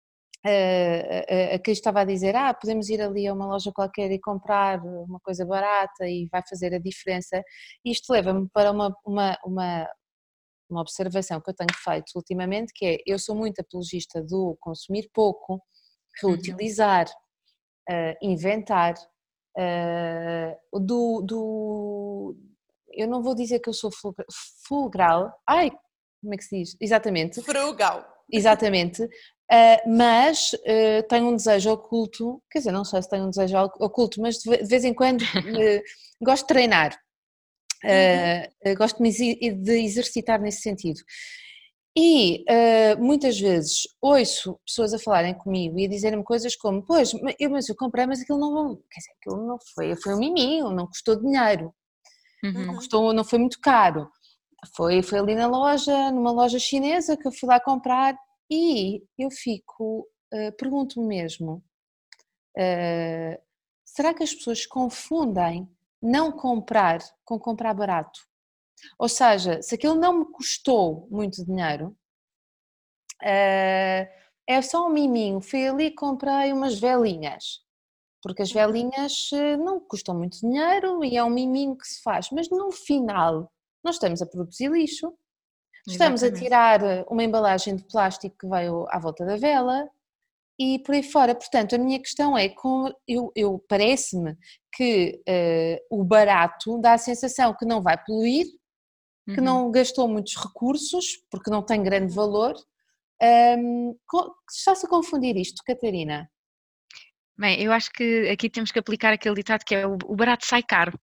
a que estava a dizer, podemos ir ali a uma loja qualquer e comprar uma coisa barata e vai fazer a diferença. Isto leva-me para uma observação que eu tenho feito ultimamente, que é, eu sou muito apologista do consumir pouco, reutilizar, inventar, eu não vou dizer que eu sou fulcral, como é que se diz? Exatamente. Frugal. Exatamente, mas tenho um desejo oculto, quer dizer, não sei se tenho um desejo oculto, mas de vez em quando gosto de treinar. Gosto de exercitar nesse sentido e muitas vezes ouço pessoas a falarem comigo e a dizerem-me coisas como, pois, mas eu comprei, mas aquilo quer dizer, aquilo não foi um miminho, não custou dinheiro, não foi muito caro, foi ali na loja, numa loja chinesa que eu fui lá comprar e eu pergunto-me mesmo, será que as pessoas confundem não comprar com comprar barato? Ou seja, se aquilo não me custou muito dinheiro, é só um miminho, fui ali e comprei umas velinhas, porque as velinhas não custam muito dinheiro e é um miminho que se faz, mas no final nós estamos a produzir lixo, estamos a tirar uma embalagem de plástico que veio à volta da vela, e por aí fora. Portanto, a minha questão é, parece-me que o barato dá a sensação que não vai poluir, que não gastou muitos recursos, porque não tem grande valor. Está-se a confundir isto, Catarina? Bem, eu acho que aqui temos que aplicar aquele ditado que é o barato sai caro.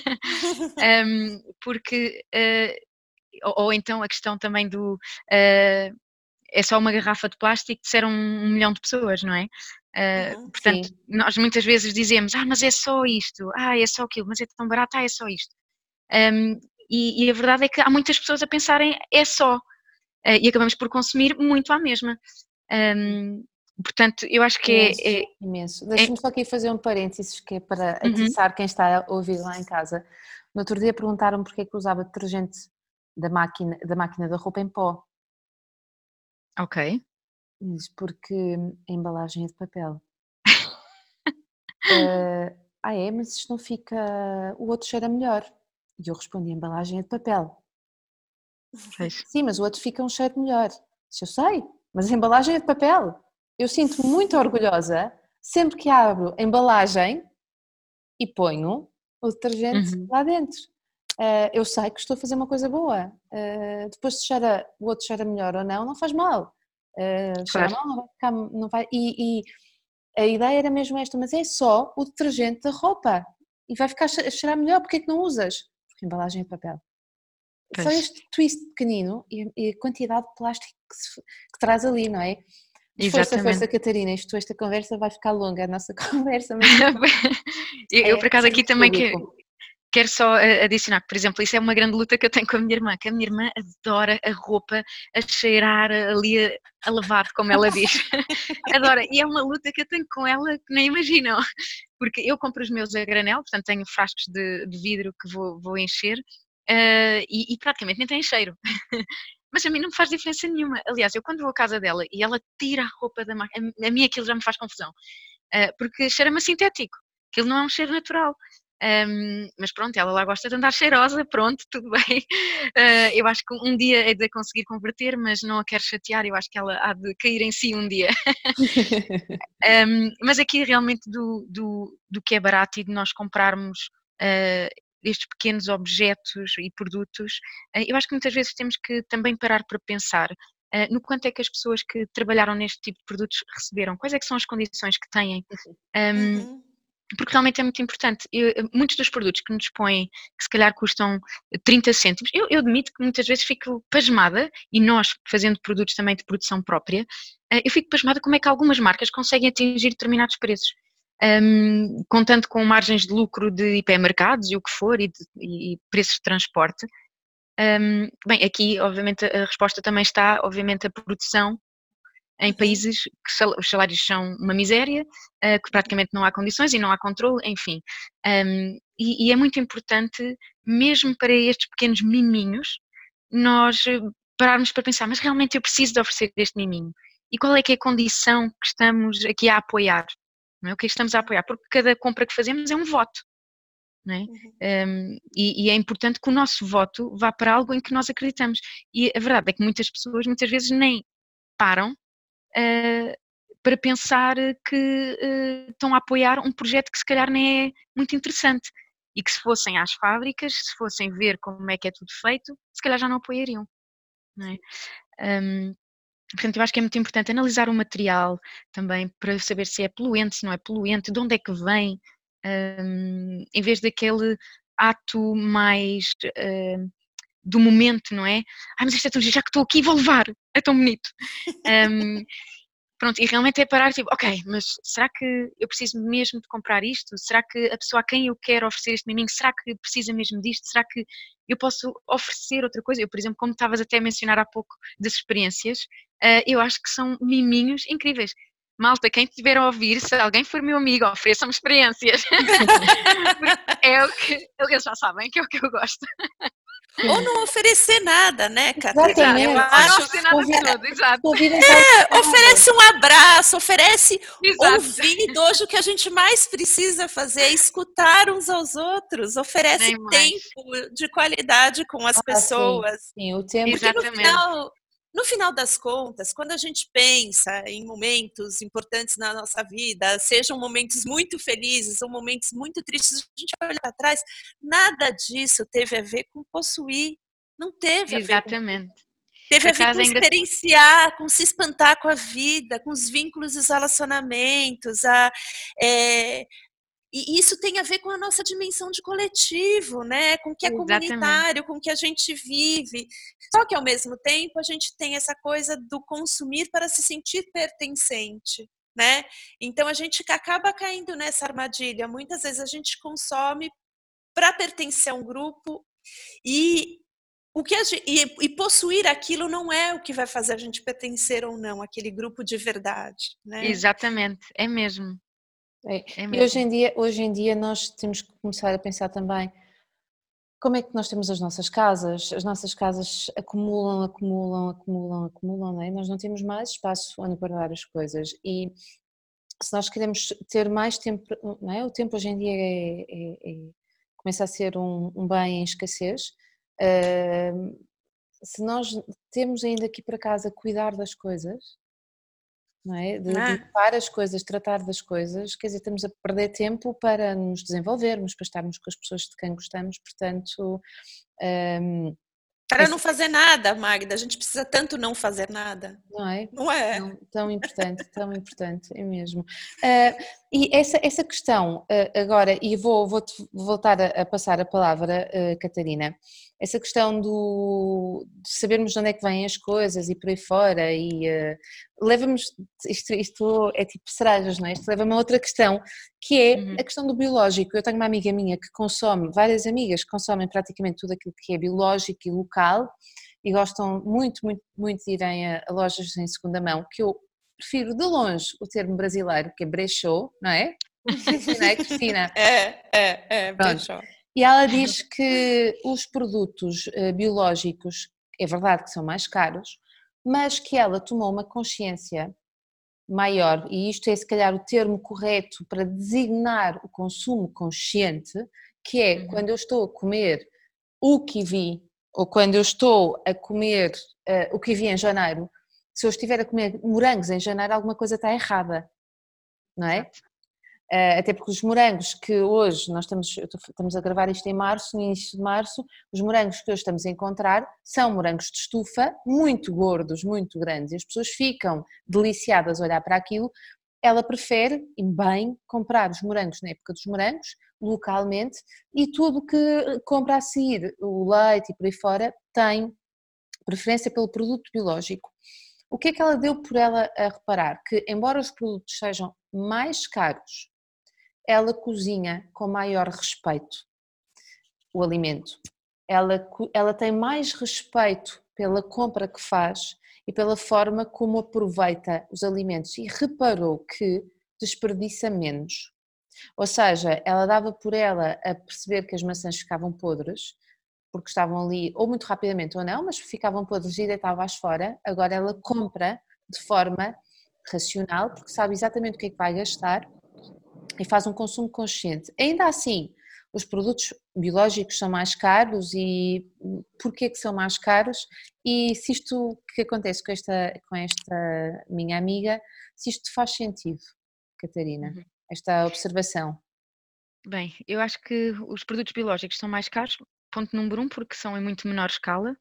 Porque, ou então a questão também do é só uma garrafa de plástico que serão 1 milhão de pessoas, não é? Portanto, nós muitas vezes dizemos, mas é só isto, é só aquilo, mas é tão barato, é só isto. E a verdade é que há muitas pessoas a pensarem, é só, e acabamos por consumir muito à mesma. Portanto, eu acho que imenso. Deixa-me só aqui fazer um parênteses, que é para atiçar quem está a ouvir lá em casa. No outro dia perguntaram porque é que usava detergente da máquina da roupa em pó. Ok. Diz, porque a embalagem é de papel. Mas isto não fica... O outro cheira melhor. E eu respondi, a embalagem é de papel. Sim, mas o outro fica um cheiro melhor. Eu sei, mas a embalagem é de papel. Eu sinto-me muito orgulhosa sempre que abro a embalagem e ponho o detergente lá dentro. Eu sei que estou a fazer uma coisa boa. Depois se o outro cheira melhor ou não faz mal. Cheira mal, não vai ficar, não vai, e a ideia era mesmo esta, mas é só o detergente da roupa e vai ficar a cheirar melhor, porque é que não usas? Porque a embalagem é de papel. Só este twist pequenino e a quantidade de plástico que traz ali, não é? Força, Catarina, esta conversa vai ficar longa, a nossa conversa. Mas eu por acaso aqui também quero só adicionar que, por exemplo, isso é uma grande luta que eu tenho com a minha irmã, que a minha irmã adora a roupa a cheirar ali a lavar, como ela diz. Adora. E é uma luta que eu tenho com ela que nem imaginam. Porque eu compro os meus a granel, portanto tenho frascos de vidro que vou encher e praticamente nem tem cheiro. Mas a mim não me faz diferença nenhuma. Aliás, eu quando vou à casa dela e ela tira a roupa da máquina, a mim aquilo já me faz confusão. Porque cheira-me a sintético. Aquilo não é um cheiro natural. Mas pronto, ela lá gosta de andar cheirosa, pronto, tudo bem. Eu acho que um dia é de conseguir converter, mas não a quero chatear, eu acho que ela há de cair em si um dia. Mas aqui realmente do que é barato e de nós comprarmos estes pequenos objetos e produtos, eu acho que muitas vezes temos que também parar para pensar no quanto é que as pessoas que trabalharam neste tipo de produtos receberam, quais é que são as condições que têm. Porque realmente é muito importante. Muitos dos produtos que nos põem, que se calhar custam 30 cêntimos, eu admito que muitas vezes fico pasmada, e nós fazendo produtos também de produção própria, eu fico pasmada como é que algumas marcas conseguem atingir determinados preços. Contando com margens de lucro de hipermercados e o que for, e preços de transporte. Bem, aqui obviamente a resposta também está, obviamente, a produção em países que os salários são uma miséria, que praticamente não há condições e não há controle, enfim. E é muito importante, mesmo para estes pequenos miminhos, nós pararmos para pensar, mas realmente eu preciso de oferecer este miminho? E qual é que é a condição que estamos aqui a apoiar? Não é? O que é que estamos a apoiar? Porque cada compra que fazemos é um voto. Não é? E é importante que o nosso voto vá para algo em que nós acreditamos. E a verdade é que muitas pessoas, muitas vezes, nem param para pensar que estão a apoiar um projeto que se calhar nem é muito interessante e que se fossem às fábricas, se fossem ver como é que é tudo feito, se calhar já não apoiariam, não é? Portanto, eu acho que é muito importante analisar o material também para saber se é poluente, se não é poluente, de onde é que vem, em vez daquele ato mais do momento, não é? Mas isto é tão giro, já que estou aqui vou levar, é tão bonito. Pronto, e realmente é parar tipo, ok, mas será que eu preciso mesmo de comprar isto? Será que a pessoa a quem eu quero oferecer este miminho, será que precisa mesmo disto? Será que eu posso oferecer outra coisa? Eu, por exemplo, como estavas até a mencionar há pouco das experiências, eu acho que são miminhos incríveis. Malta, quem estiver a ouvir, se alguém for meu amigo, ofereçam-me experiências. É o que eles já sabem que é o que eu gosto. Ou não oferecer nada, né, Exatamente. Catarina? Eu Ou não acho oferecer nada de tudo, exato. oferece um abraço, oferece Exato. ouvido. Hoje o que a gente mais precisa fazer é escutar uns aos outros, oferece tempo de qualidade com as pessoas. Sim, o tempo. Porque no final das contas, quando a gente pensa em momentos importantes na nossa vida, sejam momentos muito felizes ou momentos muito tristes, a gente olha para trás, nada disso teve a ver com possuir, não teve a ver com teve a ver com experienciar, com se espantar com a vida, com os vínculos e os relacionamentos. E isso tem a ver com a nossa dimensão de coletivo, né? Com o que é comunitário, com o que a gente vive. Só que, ao mesmo tempo, a gente tem essa coisa do consumir para se sentir pertencente, né? Então, a gente acaba caindo nessa armadilha. Muitas vezes a gente consome para pertencer a um grupo e possuir aquilo não é o que vai fazer a gente pertencer ou não àquele grupo de verdade, né? Exatamente, é mesmo. E hoje em dia nós temos que começar a pensar também como é que nós temos as nossas casas. As nossas casas acumulam, não é? Nós não temos mais espaço onde guardar as coisas e se nós queremos ter mais tempo, não é? O tempo hoje em dia começa a ser um bem em escassez. Se nós temos ainda aqui para casa cuidar das coisas, não é? De limpar as coisas, tratar das coisas, quer dizer, estamos a perder tempo para nos desenvolvermos, para estarmos com as pessoas de quem gostamos, portanto... Para não fazer nada, Magda, a gente precisa tanto não fazer nada. Não é? Não é? Tão importante, é mesmo. E essa questão agora, e vou-te voltar a passar a palavra, Catarina, essa questão de sabermos de onde é que vêm as coisas e por aí fora, e leva-nos, isto é tipo cerejas, não é? Isto leva-me a outra questão, que é a questão do biológico. Eu tenho uma amiga minha que consome, várias amigas que consomem praticamente tudo aquilo que é biológico e local, e gostam muito, muito, muito de irem a lojas em segunda mão, que eu prefiro de longe o termo brasileiro, que é brechó, não é? Não é, Cristina? Brechó. E ela diz que os produtos biológicos, é verdade que são mais caros, mas que ela tomou uma consciência maior, e isto é se calhar o termo correto para designar o consumo consciente, que é quando eu estou a comer o kiwi, ou quando eu estou a comer o kiwi em janeiro, se eu estiver a comer morangos em janeiro, alguma coisa está errada, não é? Exato. Até porque os morangos que hoje, estamos a gravar isto em março, no início de março, os morangos que hoje estamos a encontrar são morangos de estufa, muito gordos, muito grandes, e as pessoas ficam deliciadas a olhar para aquilo. Ela prefere, e bem, comprar os morangos na época dos morangos, localmente, e tudo que compra a seguir, o leite e por aí fora, tem preferência pelo produto biológico. O que é que ela deu por ela a reparar? Que embora os produtos sejam mais caros, ela cozinha com maior respeito o alimento. Ela tem mais respeito pela compra que faz e pela forma como aproveita os alimentos, e reparou que desperdiça menos. Ou seja, ela dava por ela a perceber que as maçãs ficavam podres, porque estavam ali ou muito rapidamente ou não, mas ficavam podres e deitava-as fora. Agora ela compra de forma racional, porque sabe exatamente o que é que vai gastar e faz um consumo consciente. Ainda assim, os produtos biológicos são mais caros, e porquê que são mais caros? E se isto que acontece com esta minha amiga, se isto faz sentido, Catarina, esta observação? Bem, eu acho que os produtos biológicos são mais caros, ponto número 1, porque são em muito menor escala,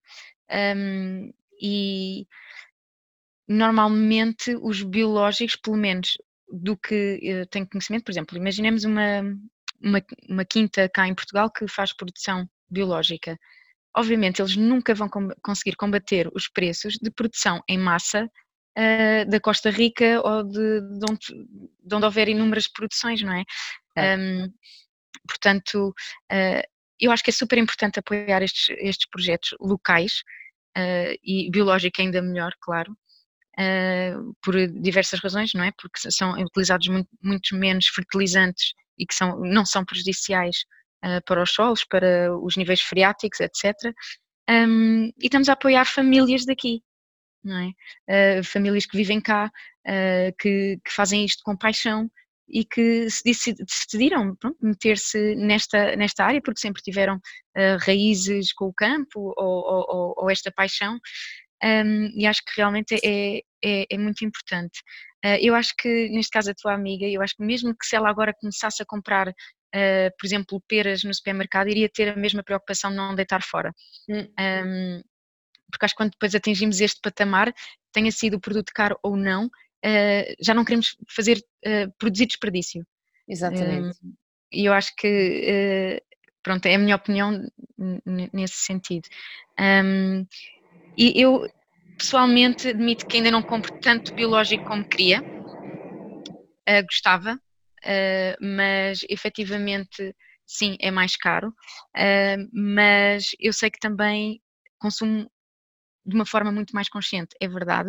e normalmente os biológicos, pelo menos do que eu tenho conhecimento, por exemplo, imaginemos uma quinta cá em Portugal que faz produção biológica. Obviamente eles nunca vão conseguir combater os preços de produção em massa da Costa Rica ou de onde houver inúmeras produções, não é? Portanto, eu acho que é super importante apoiar estes projetos locais, e biológico ainda melhor, claro, por diversas razões, não é? Porque são utilizados muitos menos fertilizantes e que não são prejudiciais para os solos, para os níveis freáticos, etc. E estamos a apoiar famílias daqui, não é? Famílias que vivem cá, que fazem isto com paixão e que se decidiram, pronto, meter-se nesta área porque sempre tiveram raízes com o campo ou esta paixão. E acho que realmente é muito importante. Eu acho que, neste caso, a tua amiga, eu acho que mesmo que se ela agora começasse a comprar, por exemplo, peras no supermercado, iria ter a mesma preocupação de não deitar fora. Porque acho que quando depois atingimos este patamar, tenha sido o produto caro ou não, já não queremos produzir desperdício. Exatamente. E eu acho que, pronto, é a minha opinião nesse sentido. E eu, pessoalmente, admito que ainda não compro tanto biológico como queria, gostava, mas efetivamente, sim, é mais caro, mas eu sei que também consumo de uma forma muito mais consciente, é verdade,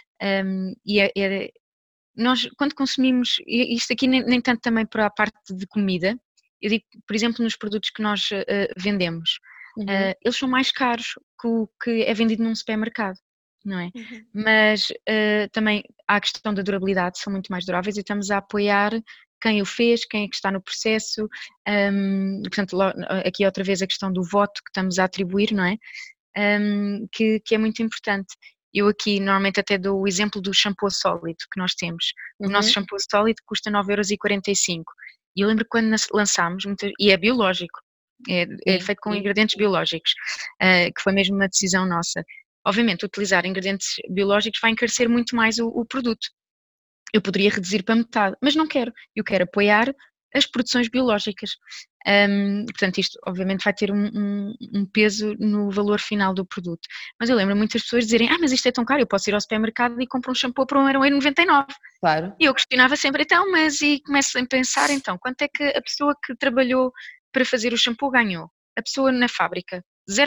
e nós, quando consumimos, isto aqui nem tanto também para a parte de comida, eu digo, por exemplo, nos produtos que nós vendemos, eles são mais caros que o que é vendido num supermercado, não é? Mas também há a questão da durabilidade, são muito mais duráveis e estamos a apoiar quem o fez, quem é que está no processo, portanto, aqui outra vez a questão do voto que estamos a atribuir, não é? Que é muito importante. Eu aqui normalmente até dou o exemplo do shampoo sólido que nós temos. O nosso shampoo sólido custa 9,45€. E eu lembro que quando lançámos, e é biológico, é feito com ingredientes biológicos, que foi mesmo uma decisão nossa. Obviamente, utilizar ingredientes biológicos vai encarecer muito mais o produto. eu poderia reduzir para metade, mas não quero. Eu quero apoiar as produções biológicas. Portanto, isto obviamente vai ter um peso no valor final do produto. Mas eu lembro muitas pessoas dizerem, mas isto é tão caro, eu posso ir ao supermercado e compro um shampoo por 1,99€. Claro. E eu questionava sempre, então, e começo a pensar, então, quanto é que a pessoa que trabalhou para fazer o shampoo ganhou? A pessoa na fábrica?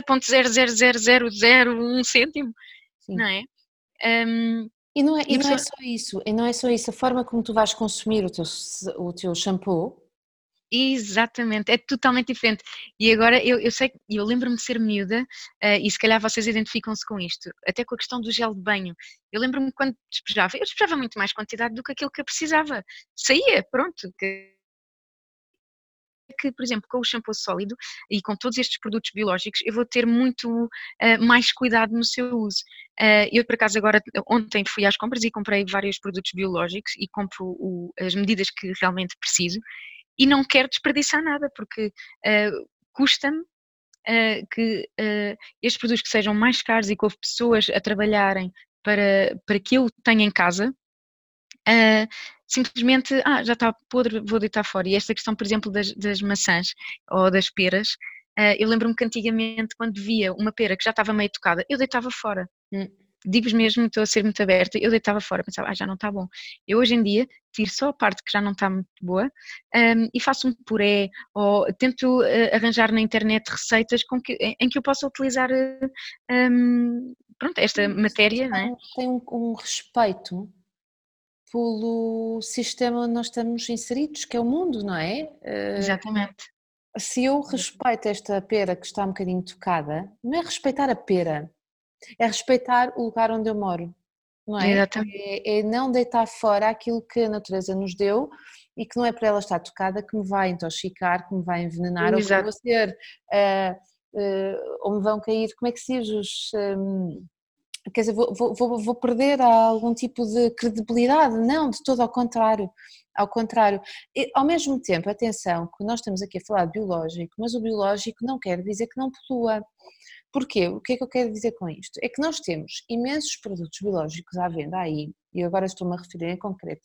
0,00001 cêntimo, Sim. não é? E não é só isso, a forma como tu vais consumir o teu shampoo. Exatamente, é totalmente diferente. E agora eu sei, eu lembro-me de ser miúda, e se calhar vocês identificam-se com isto, até com a questão do gel de banho. Eu lembro-me quando despejava, eu despejava muito mais quantidade do que aquilo que eu precisava. Saía, pronto. Que, por exemplo, com o shampoo sólido e com todos estes produtos biológicos, eu vou ter muito mais cuidado no seu uso. Eu, por acaso, agora, ontem fui às compras e comprei vários produtos biológicos e compro as medidas que realmente preciso e não quero desperdiçar nada, porque custa-me que estes produtos que sejam mais caros e que houve pessoas a trabalharem para que eu tenha em casa, simplesmente, já está podre, vou deitar fora. E esta questão, por exemplo, das maçãs ou das peras, eu lembro-me que antigamente, quando via uma pera que já estava meio tocada, eu deitava fora. Digo-vos mesmo, estou a ser muito aberta, eu deitava fora, pensava, já não está bom. Eu hoje em dia tiro só a parte que já não está muito boa e faço um puré ou tento arranjar na internet receitas em que eu possa utilizar pronto, esta matéria, não é? Tem um respeito pelo sistema onde nós estamos inseridos, que é o mundo, não é? Exatamente. Se eu respeito esta pera que está um bocadinho tocada, não é respeitar a pera, é respeitar o lugar onde eu moro, não é? Exatamente. É não deitar fora aquilo que a natureza nos deu e que não é para ela estar tocada que me vai intoxicar, que me vai envenenar, ou que eu vou ser, ou me vão cair, como é que se diz, quer dizer, vou perder algum tipo de credibilidade? Não, de todo ao contrário. E, ao mesmo tempo, atenção, que nós estamos aqui a falar de biológico, mas o biológico não quer dizer que não polua. Porquê? O que é que eu quero dizer com isto? É que nós temos imensos produtos biológicos à venda aí, e agora estou-me a referir em concreto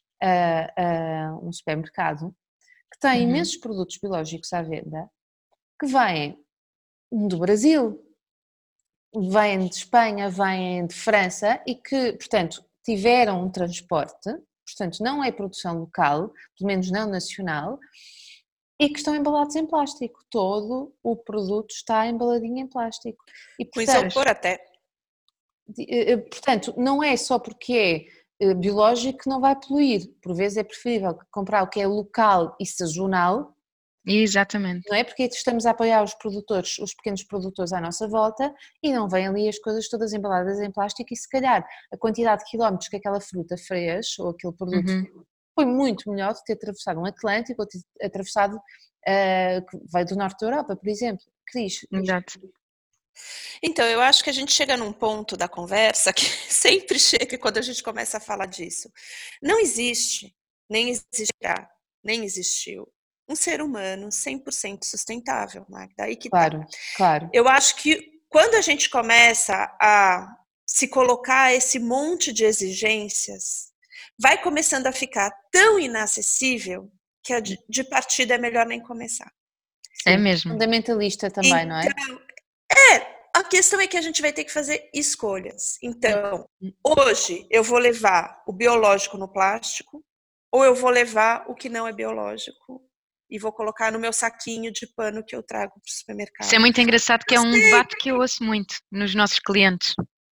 a um supermercado, que tem imensos produtos biológicos à venda, que vêm do Brasil, vêm de Espanha, vêm de França e que, portanto, tiveram um transporte, portanto, não é produção local, pelo menos não nacional, e que estão embalados em plástico. Todo o produto está embaladinho em plástico. E, portanto, com isopor até. Portanto, não é só porque é biológico que não vai poluir. Por vezes é preferível comprar o que é local e sazonal. Exatamente. Não é? Porque estamos a apoiar os produtores, os pequenos produtores à nossa volta e não vêm ali as coisas todas embaladas em plástico e se calhar a quantidade de quilómetros que aquela fruta fez ou aquele produto foi muito melhor do que ter atravessado um Atlântico ou ter atravessado, que veio do norte da Europa, por exemplo. Cris. Exato. Então, eu acho que a gente chega num ponto da conversa que sempre chega quando a gente começa a falar disso. Não existe, nem existirá, nem existiu um ser humano 100% sustentável, né? Daí que Claro, claro. Eu acho que quando a gente começa a se colocar esse monte de exigências, vai começando a ficar tão inacessível que de partida é melhor nem começar. Sim, é mesmo. Fundamentalista também, não é? A questão é que a gente vai ter que fazer escolhas. Então, hoje eu vou levar o biológico no plástico ou eu vou levar o que não é biológico e vou colocar no meu saquinho de pano que eu trago para o supermercado. Isso é muito engraçado, que é um debate que eu ouço muito nos nossos clientes.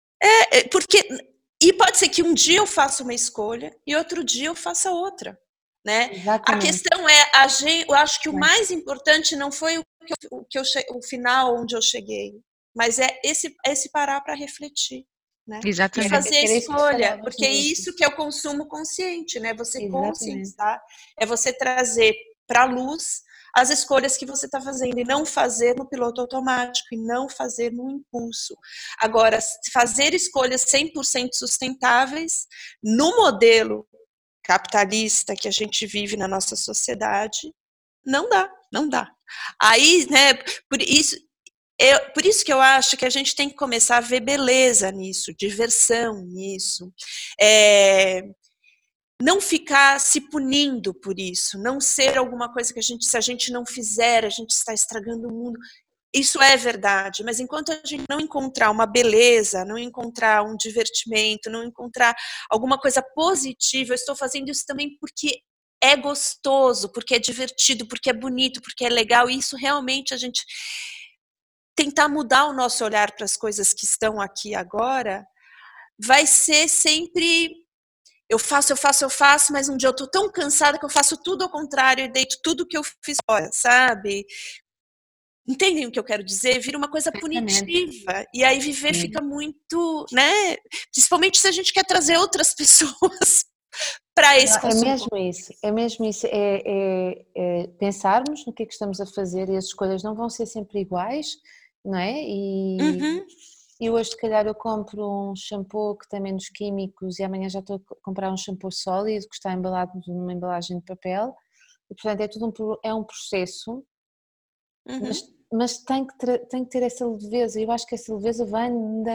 E pode ser que um dia eu faça uma escolha e outro dia eu faça outra, né? Exatamente. A questão é, eu acho que o mais importante não foi o final onde eu cheguei, mas é esse parar para refletir, né? Exatamente. E fazer a escolha, porque é isso que é o consumo consciente, né? Você conscientizar, é você trazer para a luz as escolhas que você está fazendo e não fazer no piloto automático e não fazer no impulso. Agora, fazer escolhas 100% sustentáveis no modelo capitalista que a gente vive na nossa sociedade, não dá. Aí, né, por isso que eu acho que a gente tem que começar a ver beleza nisso, diversão nisso. não ficar se punindo por isso, não ser alguma coisa que se a gente não fizer, a gente está estragando o mundo. Isso é verdade, mas enquanto a gente não encontrar uma beleza, não encontrar um divertimento, não encontrar alguma coisa positiva, eu estou fazendo isso também porque é gostoso, porque é divertido, porque é bonito, porque é legal, e isso realmente a gente tentar mudar o nosso olhar para as coisas que estão aqui agora, vai ser sempre eu faço, mas um dia eu estou tão cansada que eu faço tudo ao contrário e deito tudo que eu fiz fora, sabe? Entendem o que eu quero dizer? Vira uma coisa punitiva. E aí viver fica muito, né? Principalmente se a gente quer trazer outras pessoas para esse consumo. É mesmo isso. É pensarmos no que é que estamos a fazer e as escolhas não vão ser sempre iguais, não é? E hoje, se calhar, eu compro um shampoo que tem menos químicos e amanhã já estou a comprar um shampoo sólido que está embalado numa embalagem de papel. E, portanto, é tudo um processo. Mas tem que ter essa leveza. Eu acho que essa leveza vem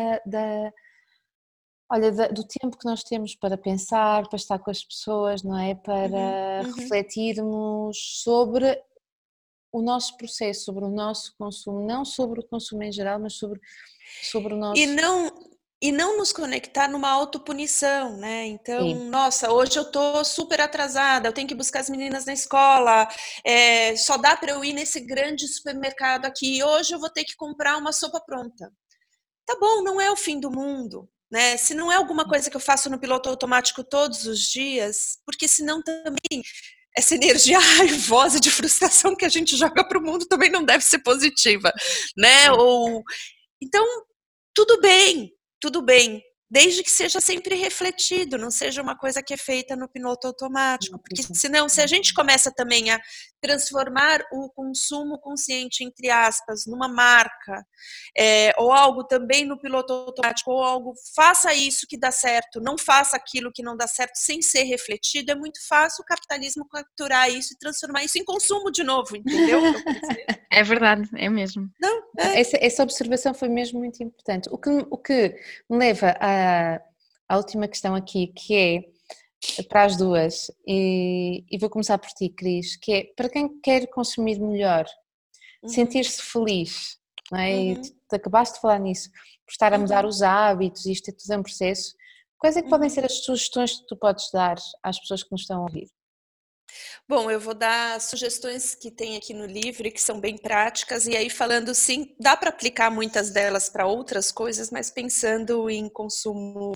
do tempo que nós temos para pensar, para estar com as pessoas, não é? Para refletirmos sobre o nosso processo, sobre o nosso consumo, não sobre o consumo em geral, mas sobre o nosso... E não nos conectar numa autopunição, né? Então, Sim. Nossa, hoje eu tô super atrasada, eu tenho que buscar as meninas na escola, só dá para eu ir nesse grande supermercado aqui, hoje eu vou ter que comprar uma sopa pronta. Tá bom, não é o fim do mundo, né? Se não é alguma coisa que eu faço no piloto automático todos os dias, porque senão também essa energia raivosa de frustração que a gente joga para o mundo também não deve ser positiva, né? Então, tudo bem, desde que seja sempre refletido, não seja uma coisa que é feita no piloto automático, porque senão, se a gente começa também a transformar o consumo consciente, entre aspas, numa marca, ou algo também no piloto automático, ou algo, faça isso que dá certo, não faça aquilo que não dá certo, sem ser refletido, é muito fácil o capitalismo capturar isso e transformar isso em consumo de novo, entendeu? É verdade, é mesmo. Não, Essa observação foi mesmo muito importante. O que me leva à última questão aqui, que é para as duas, e vou começar por ti, Cris, que é para quem quer consumir melhor, sentir-se feliz, não é? E tu acabaste de falar nisso, por estar a mudar os hábitos, isto é tudo um processo. Quais é que podem ser as sugestões que tu podes dar às pessoas que nos estão a ouvir? Bom, eu vou dar sugestões que tem aqui no livro e que são bem práticas, e aí falando sim, dá para aplicar muitas delas para outras coisas, mas pensando em consumo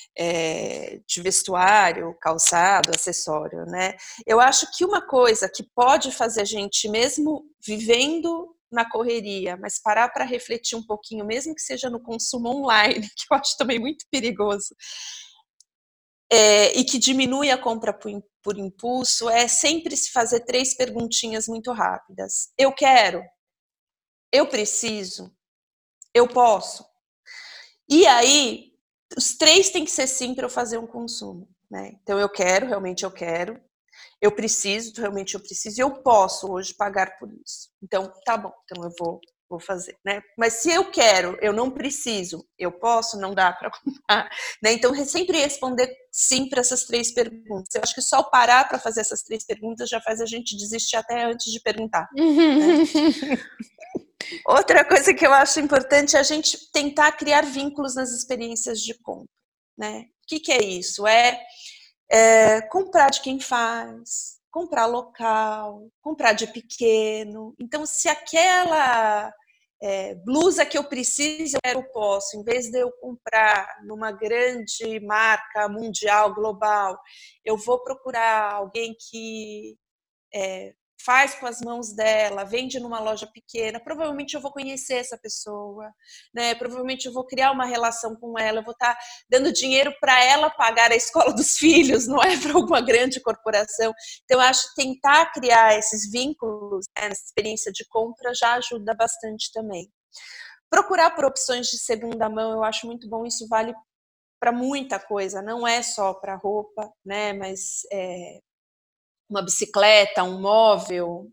de vestuário, calçado, acessório, né? Eu acho que uma coisa que pode fazer a gente, mesmo vivendo na correria, mas parar para refletir um pouquinho, mesmo que seja no consumo online, que eu acho também muito perigoso, e que diminui a compra por impulso, é sempre se fazer 3 perguntinhas muito rápidas. Eu quero? Eu preciso? Eu posso? E aí, os 3 têm que ser sim para eu fazer um consumo, né? Então, eu quero, realmente eu quero. Eu preciso, realmente eu preciso. E eu posso hoje pagar por isso. Então, tá bom. Então, eu vou fazer, né? Mas se eu quero, eu não preciso, eu posso, não dá para comprar, né? Então, sempre responder sim para essas 3 perguntas. Eu acho que só parar para fazer essas 3 perguntas já faz a gente desistir até antes de perguntar. Né? Outra coisa que eu acho importante é a gente tentar criar vínculos nas experiências de compra, né? O que é isso? Comprar de quem faz, comprar local, comprar de pequeno. Então, se aquela blusa que eu preciso, eu posso, em vez de eu comprar numa grande marca mundial, global, eu vou procurar alguém que faz com as mãos dela, vende numa loja pequena, provavelmente eu vou conhecer essa pessoa, né? Provavelmente eu vou criar uma relação com ela, eu vou estar dando dinheiro para ela pagar a escola dos filhos, não é para alguma grande corporação. Então, eu acho que tentar criar esses vínculos, nessa experiência de compra já ajuda bastante também. Procurar por opções de segunda mão, eu acho muito bom, isso vale para muita coisa, não é só para roupa, né? Mas uma bicicleta, um móvel,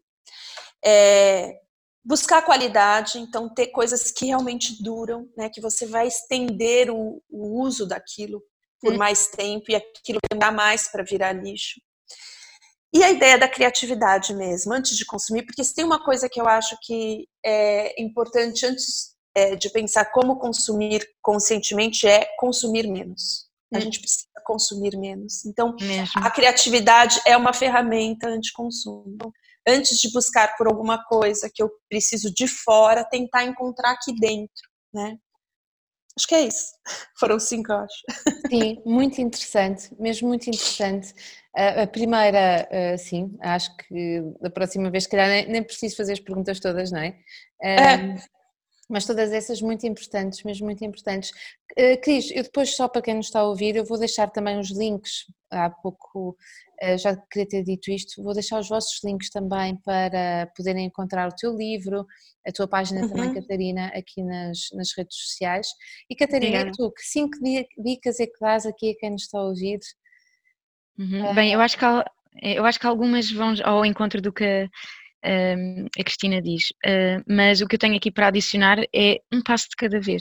buscar qualidade, então ter coisas que realmente duram, né, que você vai estender o uso daquilo por mais tempo e aquilo demorar mais para virar lixo. E a ideia da criatividade mesmo, antes de consumir, porque se tem uma coisa que eu acho que é importante antes de pensar como consumir conscientemente, é consumir menos. A gente precisa consumir menos. Então, a criatividade é uma ferramenta anti-consumo. Então, antes de buscar por alguma coisa que eu preciso de fora, tentar encontrar aqui dentro, né? Acho que é isso. Foram 5, eu acho. Sim, muito interessante, mesmo muito interessante. A primeira, sim, acho que da próxima vez, se calhar, nem preciso fazer as perguntas todas, não é? Mas todas essas muito importantes, mesmo muito importantes. Cris, eu depois, só para quem nos está a ouvir, eu vou deixar também os links, há pouco já queria ter dito isto, vou deixar os vossos links também para poderem encontrar o teu livro, a tua página também, Catarina, aqui nas redes sociais. E Catarina, e tu, que 5 dicas é que dás aqui a quem nos está a ouvir? Bem, eu acho que algumas vão ao encontro do que a Cristina diz, mas o que eu tenho aqui para adicionar é um passo de cada vez.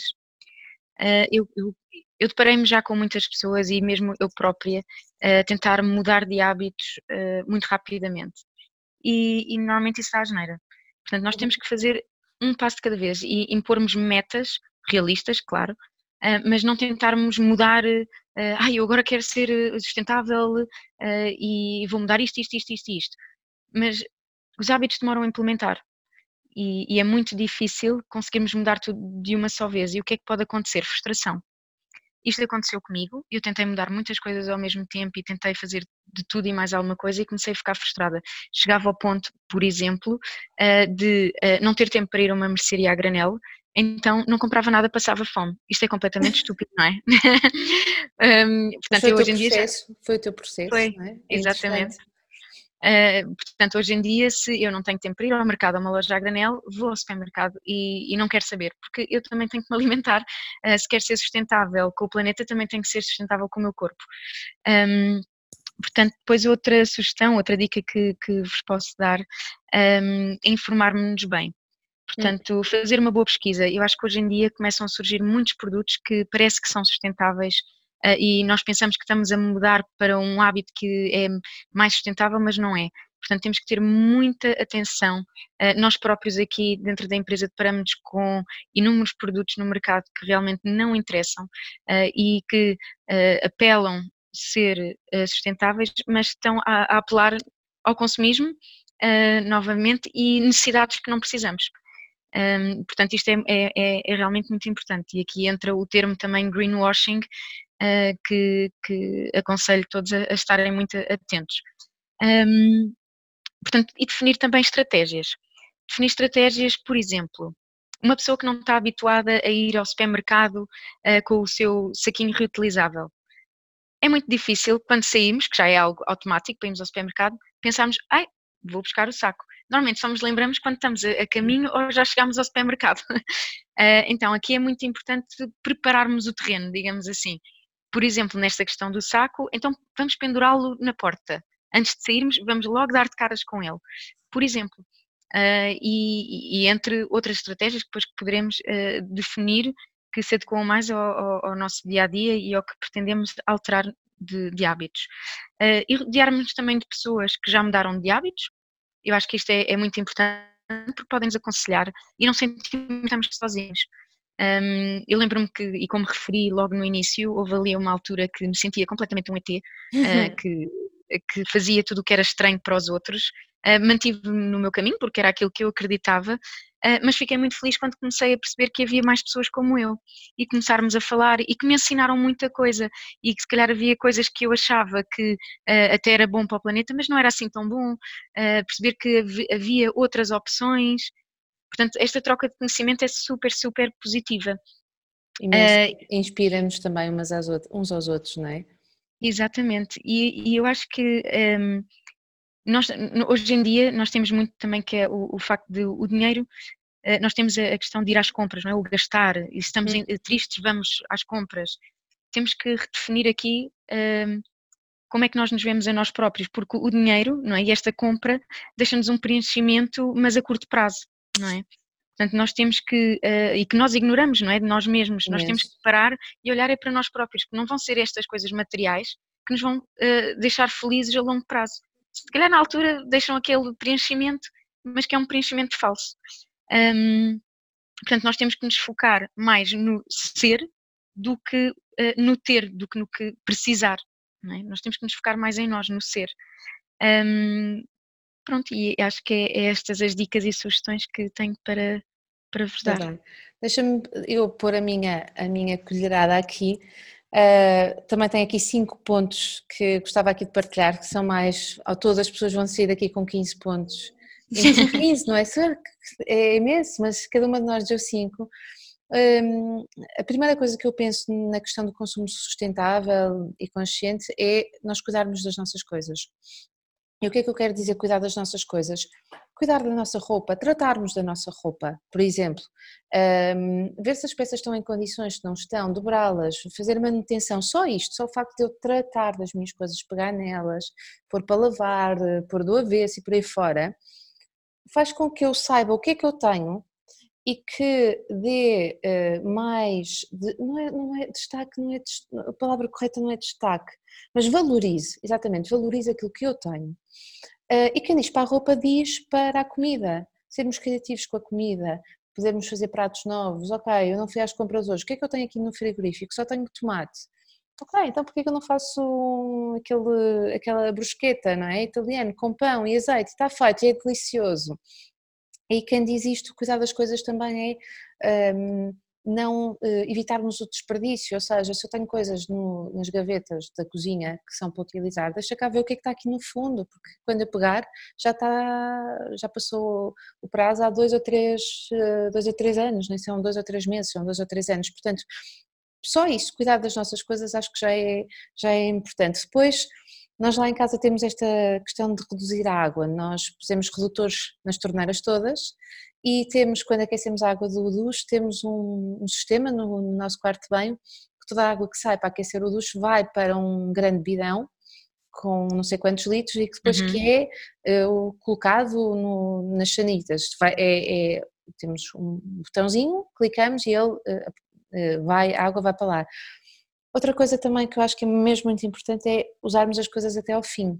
Eu deparei-me já com muitas pessoas e mesmo eu própria tentar mudar de hábitos muito rapidamente e normalmente isso dá asneira. Portanto, nós temos que fazer um passo de cada vez e impormos metas realistas, claro, mas não tentarmos mudar, eu agora quero ser sustentável e vou mudar isto, isto, isto, isto, isto. Mas os hábitos demoram a implementar e é muito difícil conseguirmos mudar tudo de uma só vez. E o que é que pode acontecer? Frustração. Isto aconteceu comigo, eu tentei mudar muitas coisas ao mesmo tempo e tentei fazer de tudo e mais alguma coisa e comecei a ficar frustrada. Chegava ao ponto, por exemplo, de não ter tempo para ir a uma mercearia a granel, então não comprava nada, passava fome. Isto é completamente estúpido, não é? Portanto, foi o teu processo, foi, não é? exatamente. Portanto, hoje em dia, se eu não tenho tempo para ir ao mercado, a uma loja a granel, vou ao supermercado e não quero saber, porque eu também tenho que me alimentar. Se quer ser sustentável com o planeta, também tenho que ser sustentável com o meu corpo. Portanto, depois outra sugestão, outra dica que vos posso dar é informar-nos bem. Portanto, fazer uma boa pesquisa. Eu acho que hoje em dia começam a surgir muitos produtos que parece que são sustentáveis e nós pensamos que estamos a mudar para um hábito que é mais sustentável, mas não é. Portanto, temos que ter muita atenção. Nós próprios aqui dentro da empresa deparamos com inúmeros produtos no mercado que realmente não interessam e que apelam ser sustentáveis, mas estão a apelar ao consumismo novamente e necessidades que não precisamos. Portanto, isto é realmente muito importante e aqui entra o termo também greenwashing, que aconselho todos a estarem muito atentos. Portanto, e definir também estratégias. Definir estratégias, por exemplo, uma pessoa que não está habituada a ir ao supermercado com o seu saquinho reutilizável. É muito difícil, quando saímos, que já é algo automático para irmos ao supermercado, pensarmos, vou buscar o saco. Normalmente só nos lembramos quando estamos a caminho ou já chegamos ao supermercado. Então, aqui é muito importante prepararmos o terreno, digamos assim. Por exemplo, nesta questão do saco, então vamos pendurá-lo na porta. Antes de sairmos, vamos logo dar de caras com ele. Por exemplo, e entre outras estratégias que depois poderemos definir que se adequam mais ao nosso dia-a-dia e ao que pretendemos alterar de hábitos. E rodearmos também de pessoas que já mudaram de hábitos. Eu acho que isto é muito importante porque podem-nos aconselhar e não sentirmos que estamos sozinhos. Eu lembro-me que, e como referi logo no início, houve ali uma altura que me sentia completamente um ET, que fazia tudo o que era estranho para os outros, mantive-me no meu caminho porque era aquilo que eu acreditava, mas fiquei muito feliz quando comecei a perceber que havia mais pessoas como eu e começarmos a falar e que me ensinaram muita coisa e que se calhar havia coisas que eu achava que até era bom para o planeta, mas não era assim tão bom, perceber que havia outras opções. Portanto, esta troca de conhecimento é super, super positiva. Inspira-nos também uns aos outros, não é? Exatamente, e eu acho que nós, hoje em dia, nós temos muito também que é o facto de o dinheiro, nós temos a questão de ir às compras, não é? O gastar, e se estamos tristes, vamos às compras. Temos que redefinir aqui como é que nós nos vemos a nós próprios, porque o dinheiro, não é? E esta compra deixa-nos um preenchimento, mas a curto prazo, não é? Portanto, nós temos que, e que nós ignoramos, não é? De nós mesmos, nós temos que parar e olhar para nós próprios, que não vão ser estas coisas materiais que nos vão deixar felizes a longo prazo. Se calhar na altura deixam aquele preenchimento, mas que é um preenchimento falso. Portanto, nós temos que nos focar mais no ser do que no ter, do que no que precisar. Não é? Nós temos que nos focar mais em nós, no ser. Pronto, e acho que é estas as dicas e sugestões que tenho para vos dar. Tá bem. Deixa-me eu pôr a minha colherada aqui. Também tenho aqui 5 pontos que gostava aqui de partilhar, que são mais, ao todo as pessoas vão sair daqui com 15 pontos. 15, não é? É imenso, mas cada uma de nós deu 5. A primeira coisa que eu penso na questão do consumo sustentável e consciente é nós cuidarmos das nossas coisas. E o que é que eu quero dizer cuidar das nossas coisas? Cuidar da nossa roupa, tratarmos da nossa roupa, por exemplo, ver se as peças estão em condições, se não estão, dobrá-las, fazer manutenção, só isto, só o facto de eu tratar das minhas coisas, pegar nelas, pôr para lavar, pôr do avesso e por aí fora, faz com que eu saiba o que é que eu tenho e que dê mais, não é destaque, a palavra correta não é destaque, mas valorize, exatamente, valorize aquilo que eu tenho. E quem diz para a roupa diz para a comida, sermos criativos com a comida, podemos fazer pratos novos, ok, eu não fui às compras hoje, o que é que eu tenho aqui no frigorífico? Só tenho tomate. Ok, então porquê que eu não faço aquela brusqueta, não é? Italiano, com pão e azeite, está feito, é delicioso. E quem diz isto, cuidar das coisas também é não evitarmos o desperdício, ou seja, se eu tenho coisas nas gavetas da cozinha que são para utilizar, deixa cá ver o que é que está aqui no fundo, porque quando eu pegar já passou o prazo há 2 ou 3 anos, nem são 2 ou 3 meses, são 2 ou 3 anos, portanto, só isso, cuidar das nossas coisas acho que já é importante. Depois, nós lá em casa temos esta questão de reduzir a água, nós pusemos redutores nas torneiras todas e temos, quando aquecemos a água do duche, temos um sistema no nosso quarto de banho, que toda a água que sai para aquecer o duche vai para um grande bidão com não sei quantos litros e que depois que é colocado nas sanitas, temos um botãozinho, clicamos e a água vai para lá. Outra coisa também que eu acho que é mesmo muito importante é usarmos as coisas até ao fim.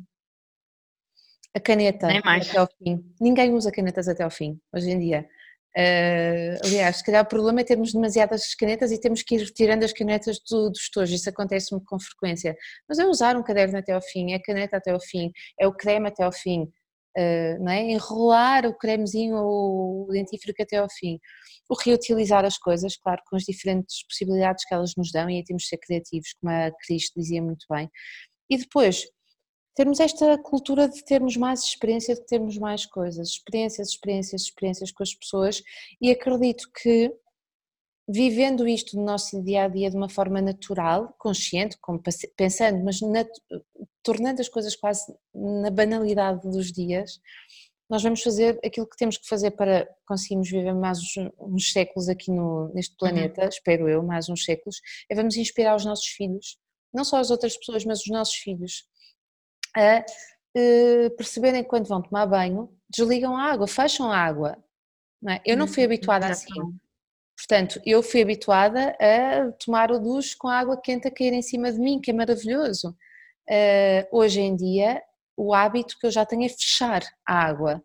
A caneta até ao fim. Ninguém usa canetas até ao fim, hoje em dia. Aliás, se calhar o problema é termos demasiadas canetas e temos que ir retirando as canetas dos estojos, isso acontece-me com frequência. Mas é usar um caderno até ao fim, é a caneta até ao fim, é o creme até ao fim, não é? Enrolar o cremezinho ou o dentífrico até ao fim. O reutilizar as coisas, claro, com as diferentes possibilidades que elas nos dão e aí temos de ser criativos, como a Cris dizia muito bem. E depois, termos esta cultura de termos mais experiência, de termos mais coisas, experiências com as pessoas e acredito que vivendo isto no nosso dia-a-dia de uma forma natural, consciente, pensando, mas tornando as coisas quase na banalidade dos dias, nós vamos fazer aquilo que temos que fazer para conseguirmos viver mais uns séculos aqui neste planeta, espero eu, mais uns séculos, vamos inspirar os nossos filhos, não só as outras pessoas, mas os nossos filhos, a perceberem que quando vão tomar banho, desligam a água, fecham a água. Não é? Eu não fui habituada assim, portanto, eu fui habituada a tomar o duche com a água quente a cair em cima de mim, que é maravilhoso. Hoje em dia, o hábito que eu já tenho é fechar a água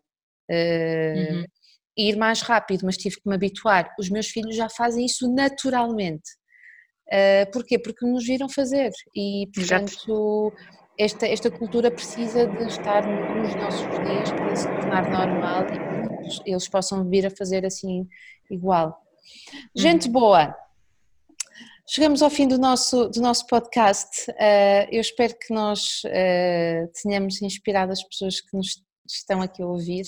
e ir mais rápido, mas tive que me habituar. Os meus filhos já fazem isso naturalmente. Porquê? Porque nos viram fazer e, portanto, esta cultura precisa de estar nos nossos dias para se tornar normal e que eles possam vir a fazer assim igual. Gente boa! Chegamos ao fim do nosso podcast. Eu espero que nós tenhamos inspirado as pessoas que nos estão aqui a ouvir.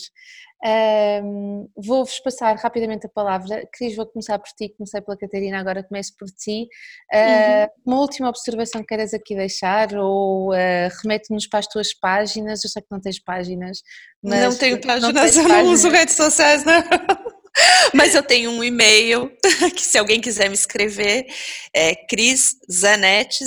Vou-vos passar rapidamente a palavra. Cris, vou começar por ti, comecei pela Catarina, agora começo por ti. Uma última observação que queres aqui deixar ou remete-nos para as tuas páginas? Eu sei que não tens páginas. Mas não tenho páginas, eu não uso redes sociais, não. Mas eu tenho um e-mail que se alguém quiser me escrever é criszanetti,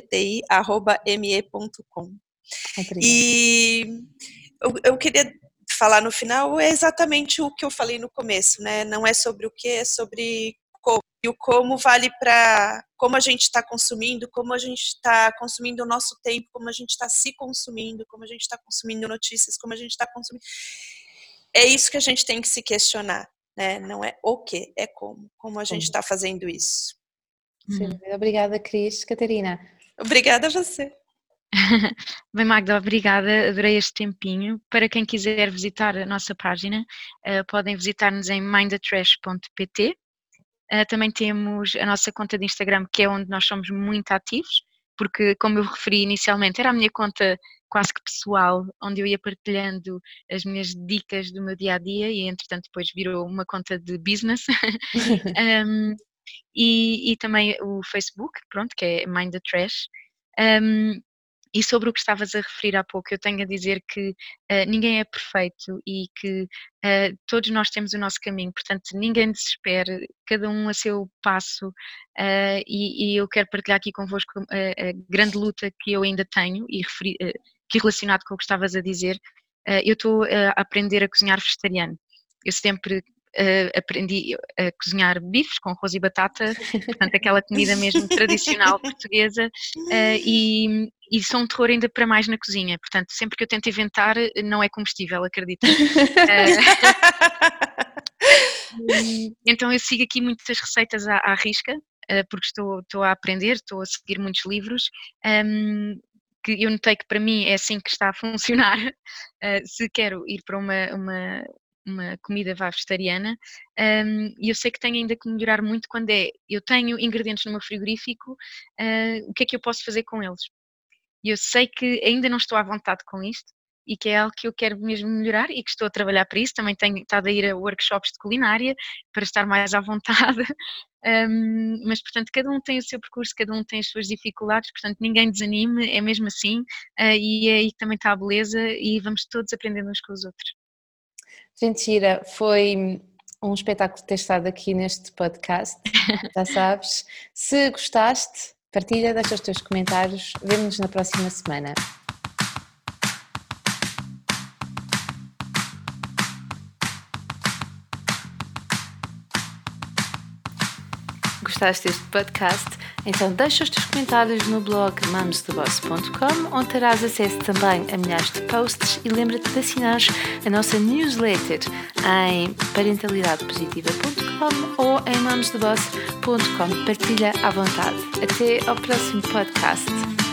zanetti@me.com. E eu queria falar no final é exatamente o que eu falei no começo, né? Não é sobre o que, é sobre como. E o como vale para como a gente está consumindo, como a gente está consumindo o nosso tempo, como a gente está se consumindo, como a gente está consumindo notícias, como a gente está consumindo. É isso que a gente tem que se questionar, né? Não é o que, é como a gente está fazendo isso. Sim, obrigada, Cris. Catarina. Obrigada a você. Bem, Magda, obrigada, adorei este tempinho. Para quem quiser visitar a nossa página, podem visitar-nos em mindatrash.pt. Também temos a nossa conta de Instagram, que é onde nós somos muito ativos, porque, como eu referi inicialmente, era a minha conta quase que pessoal, onde eu ia partilhando as minhas dicas do meu dia-a-dia e, entretanto, depois virou uma conta de business. E também o Facebook, pronto, que é Mind the Trash. E sobre o que estavas a referir há pouco, eu tenho a dizer que ninguém é perfeito e que todos nós temos o nosso caminho, portanto ninguém desespere, cada um a seu passo, e eu quero partilhar aqui convosco a grande luta que eu ainda tenho e que relacionado com o que estavas a dizer, eu estou a aprender a cozinhar vegetariano. Eu sempre aprendi a cozinhar bifes com arroz e batata, portanto aquela comida mesmo tradicional portuguesa, e sou um terror ainda para mais na cozinha, portanto sempre que eu tento inventar não é comestível, acredita. Então eu sigo aqui muitas receitas à risca, porque estou a aprender, estou a seguir muitos livros, que eu notei que para mim é assim que está a funcionar. Se quero ir para uma comida vegetariana, e eu sei que tenho ainda que melhorar muito quando eu tenho ingredientes no meu frigorífico, o que é que eu posso fazer com eles? E eu sei que ainda não estou à vontade com isto e que é algo que eu quero mesmo melhorar e que estou a trabalhar para isso. Também tenho estado a ir a workshops de culinária para estar mais à vontade, mas portanto cada um tem o seu percurso, cada um tem as suas dificuldades, portanto ninguém desanime, é mesmo assim, e é aí que também está a beleza e vamos todos aprendendo uns com os outros. Gente gira, foi um espetáculo ter estado aqui neste podcast, já sabes. Se gostaste, partilha, deixa os teus comentários, vemo-nos na próxima semana. Gostaste deste podcast? Então deixa os teus comentários no blog mamostheboss.com, onde terás acesso também a milhares de posts, e lembra-te de assinar a nossa newsletter em parentalidadepositiva.com ou em mamostheboss.com. Partilha à vontade. Até ao próximo podcast.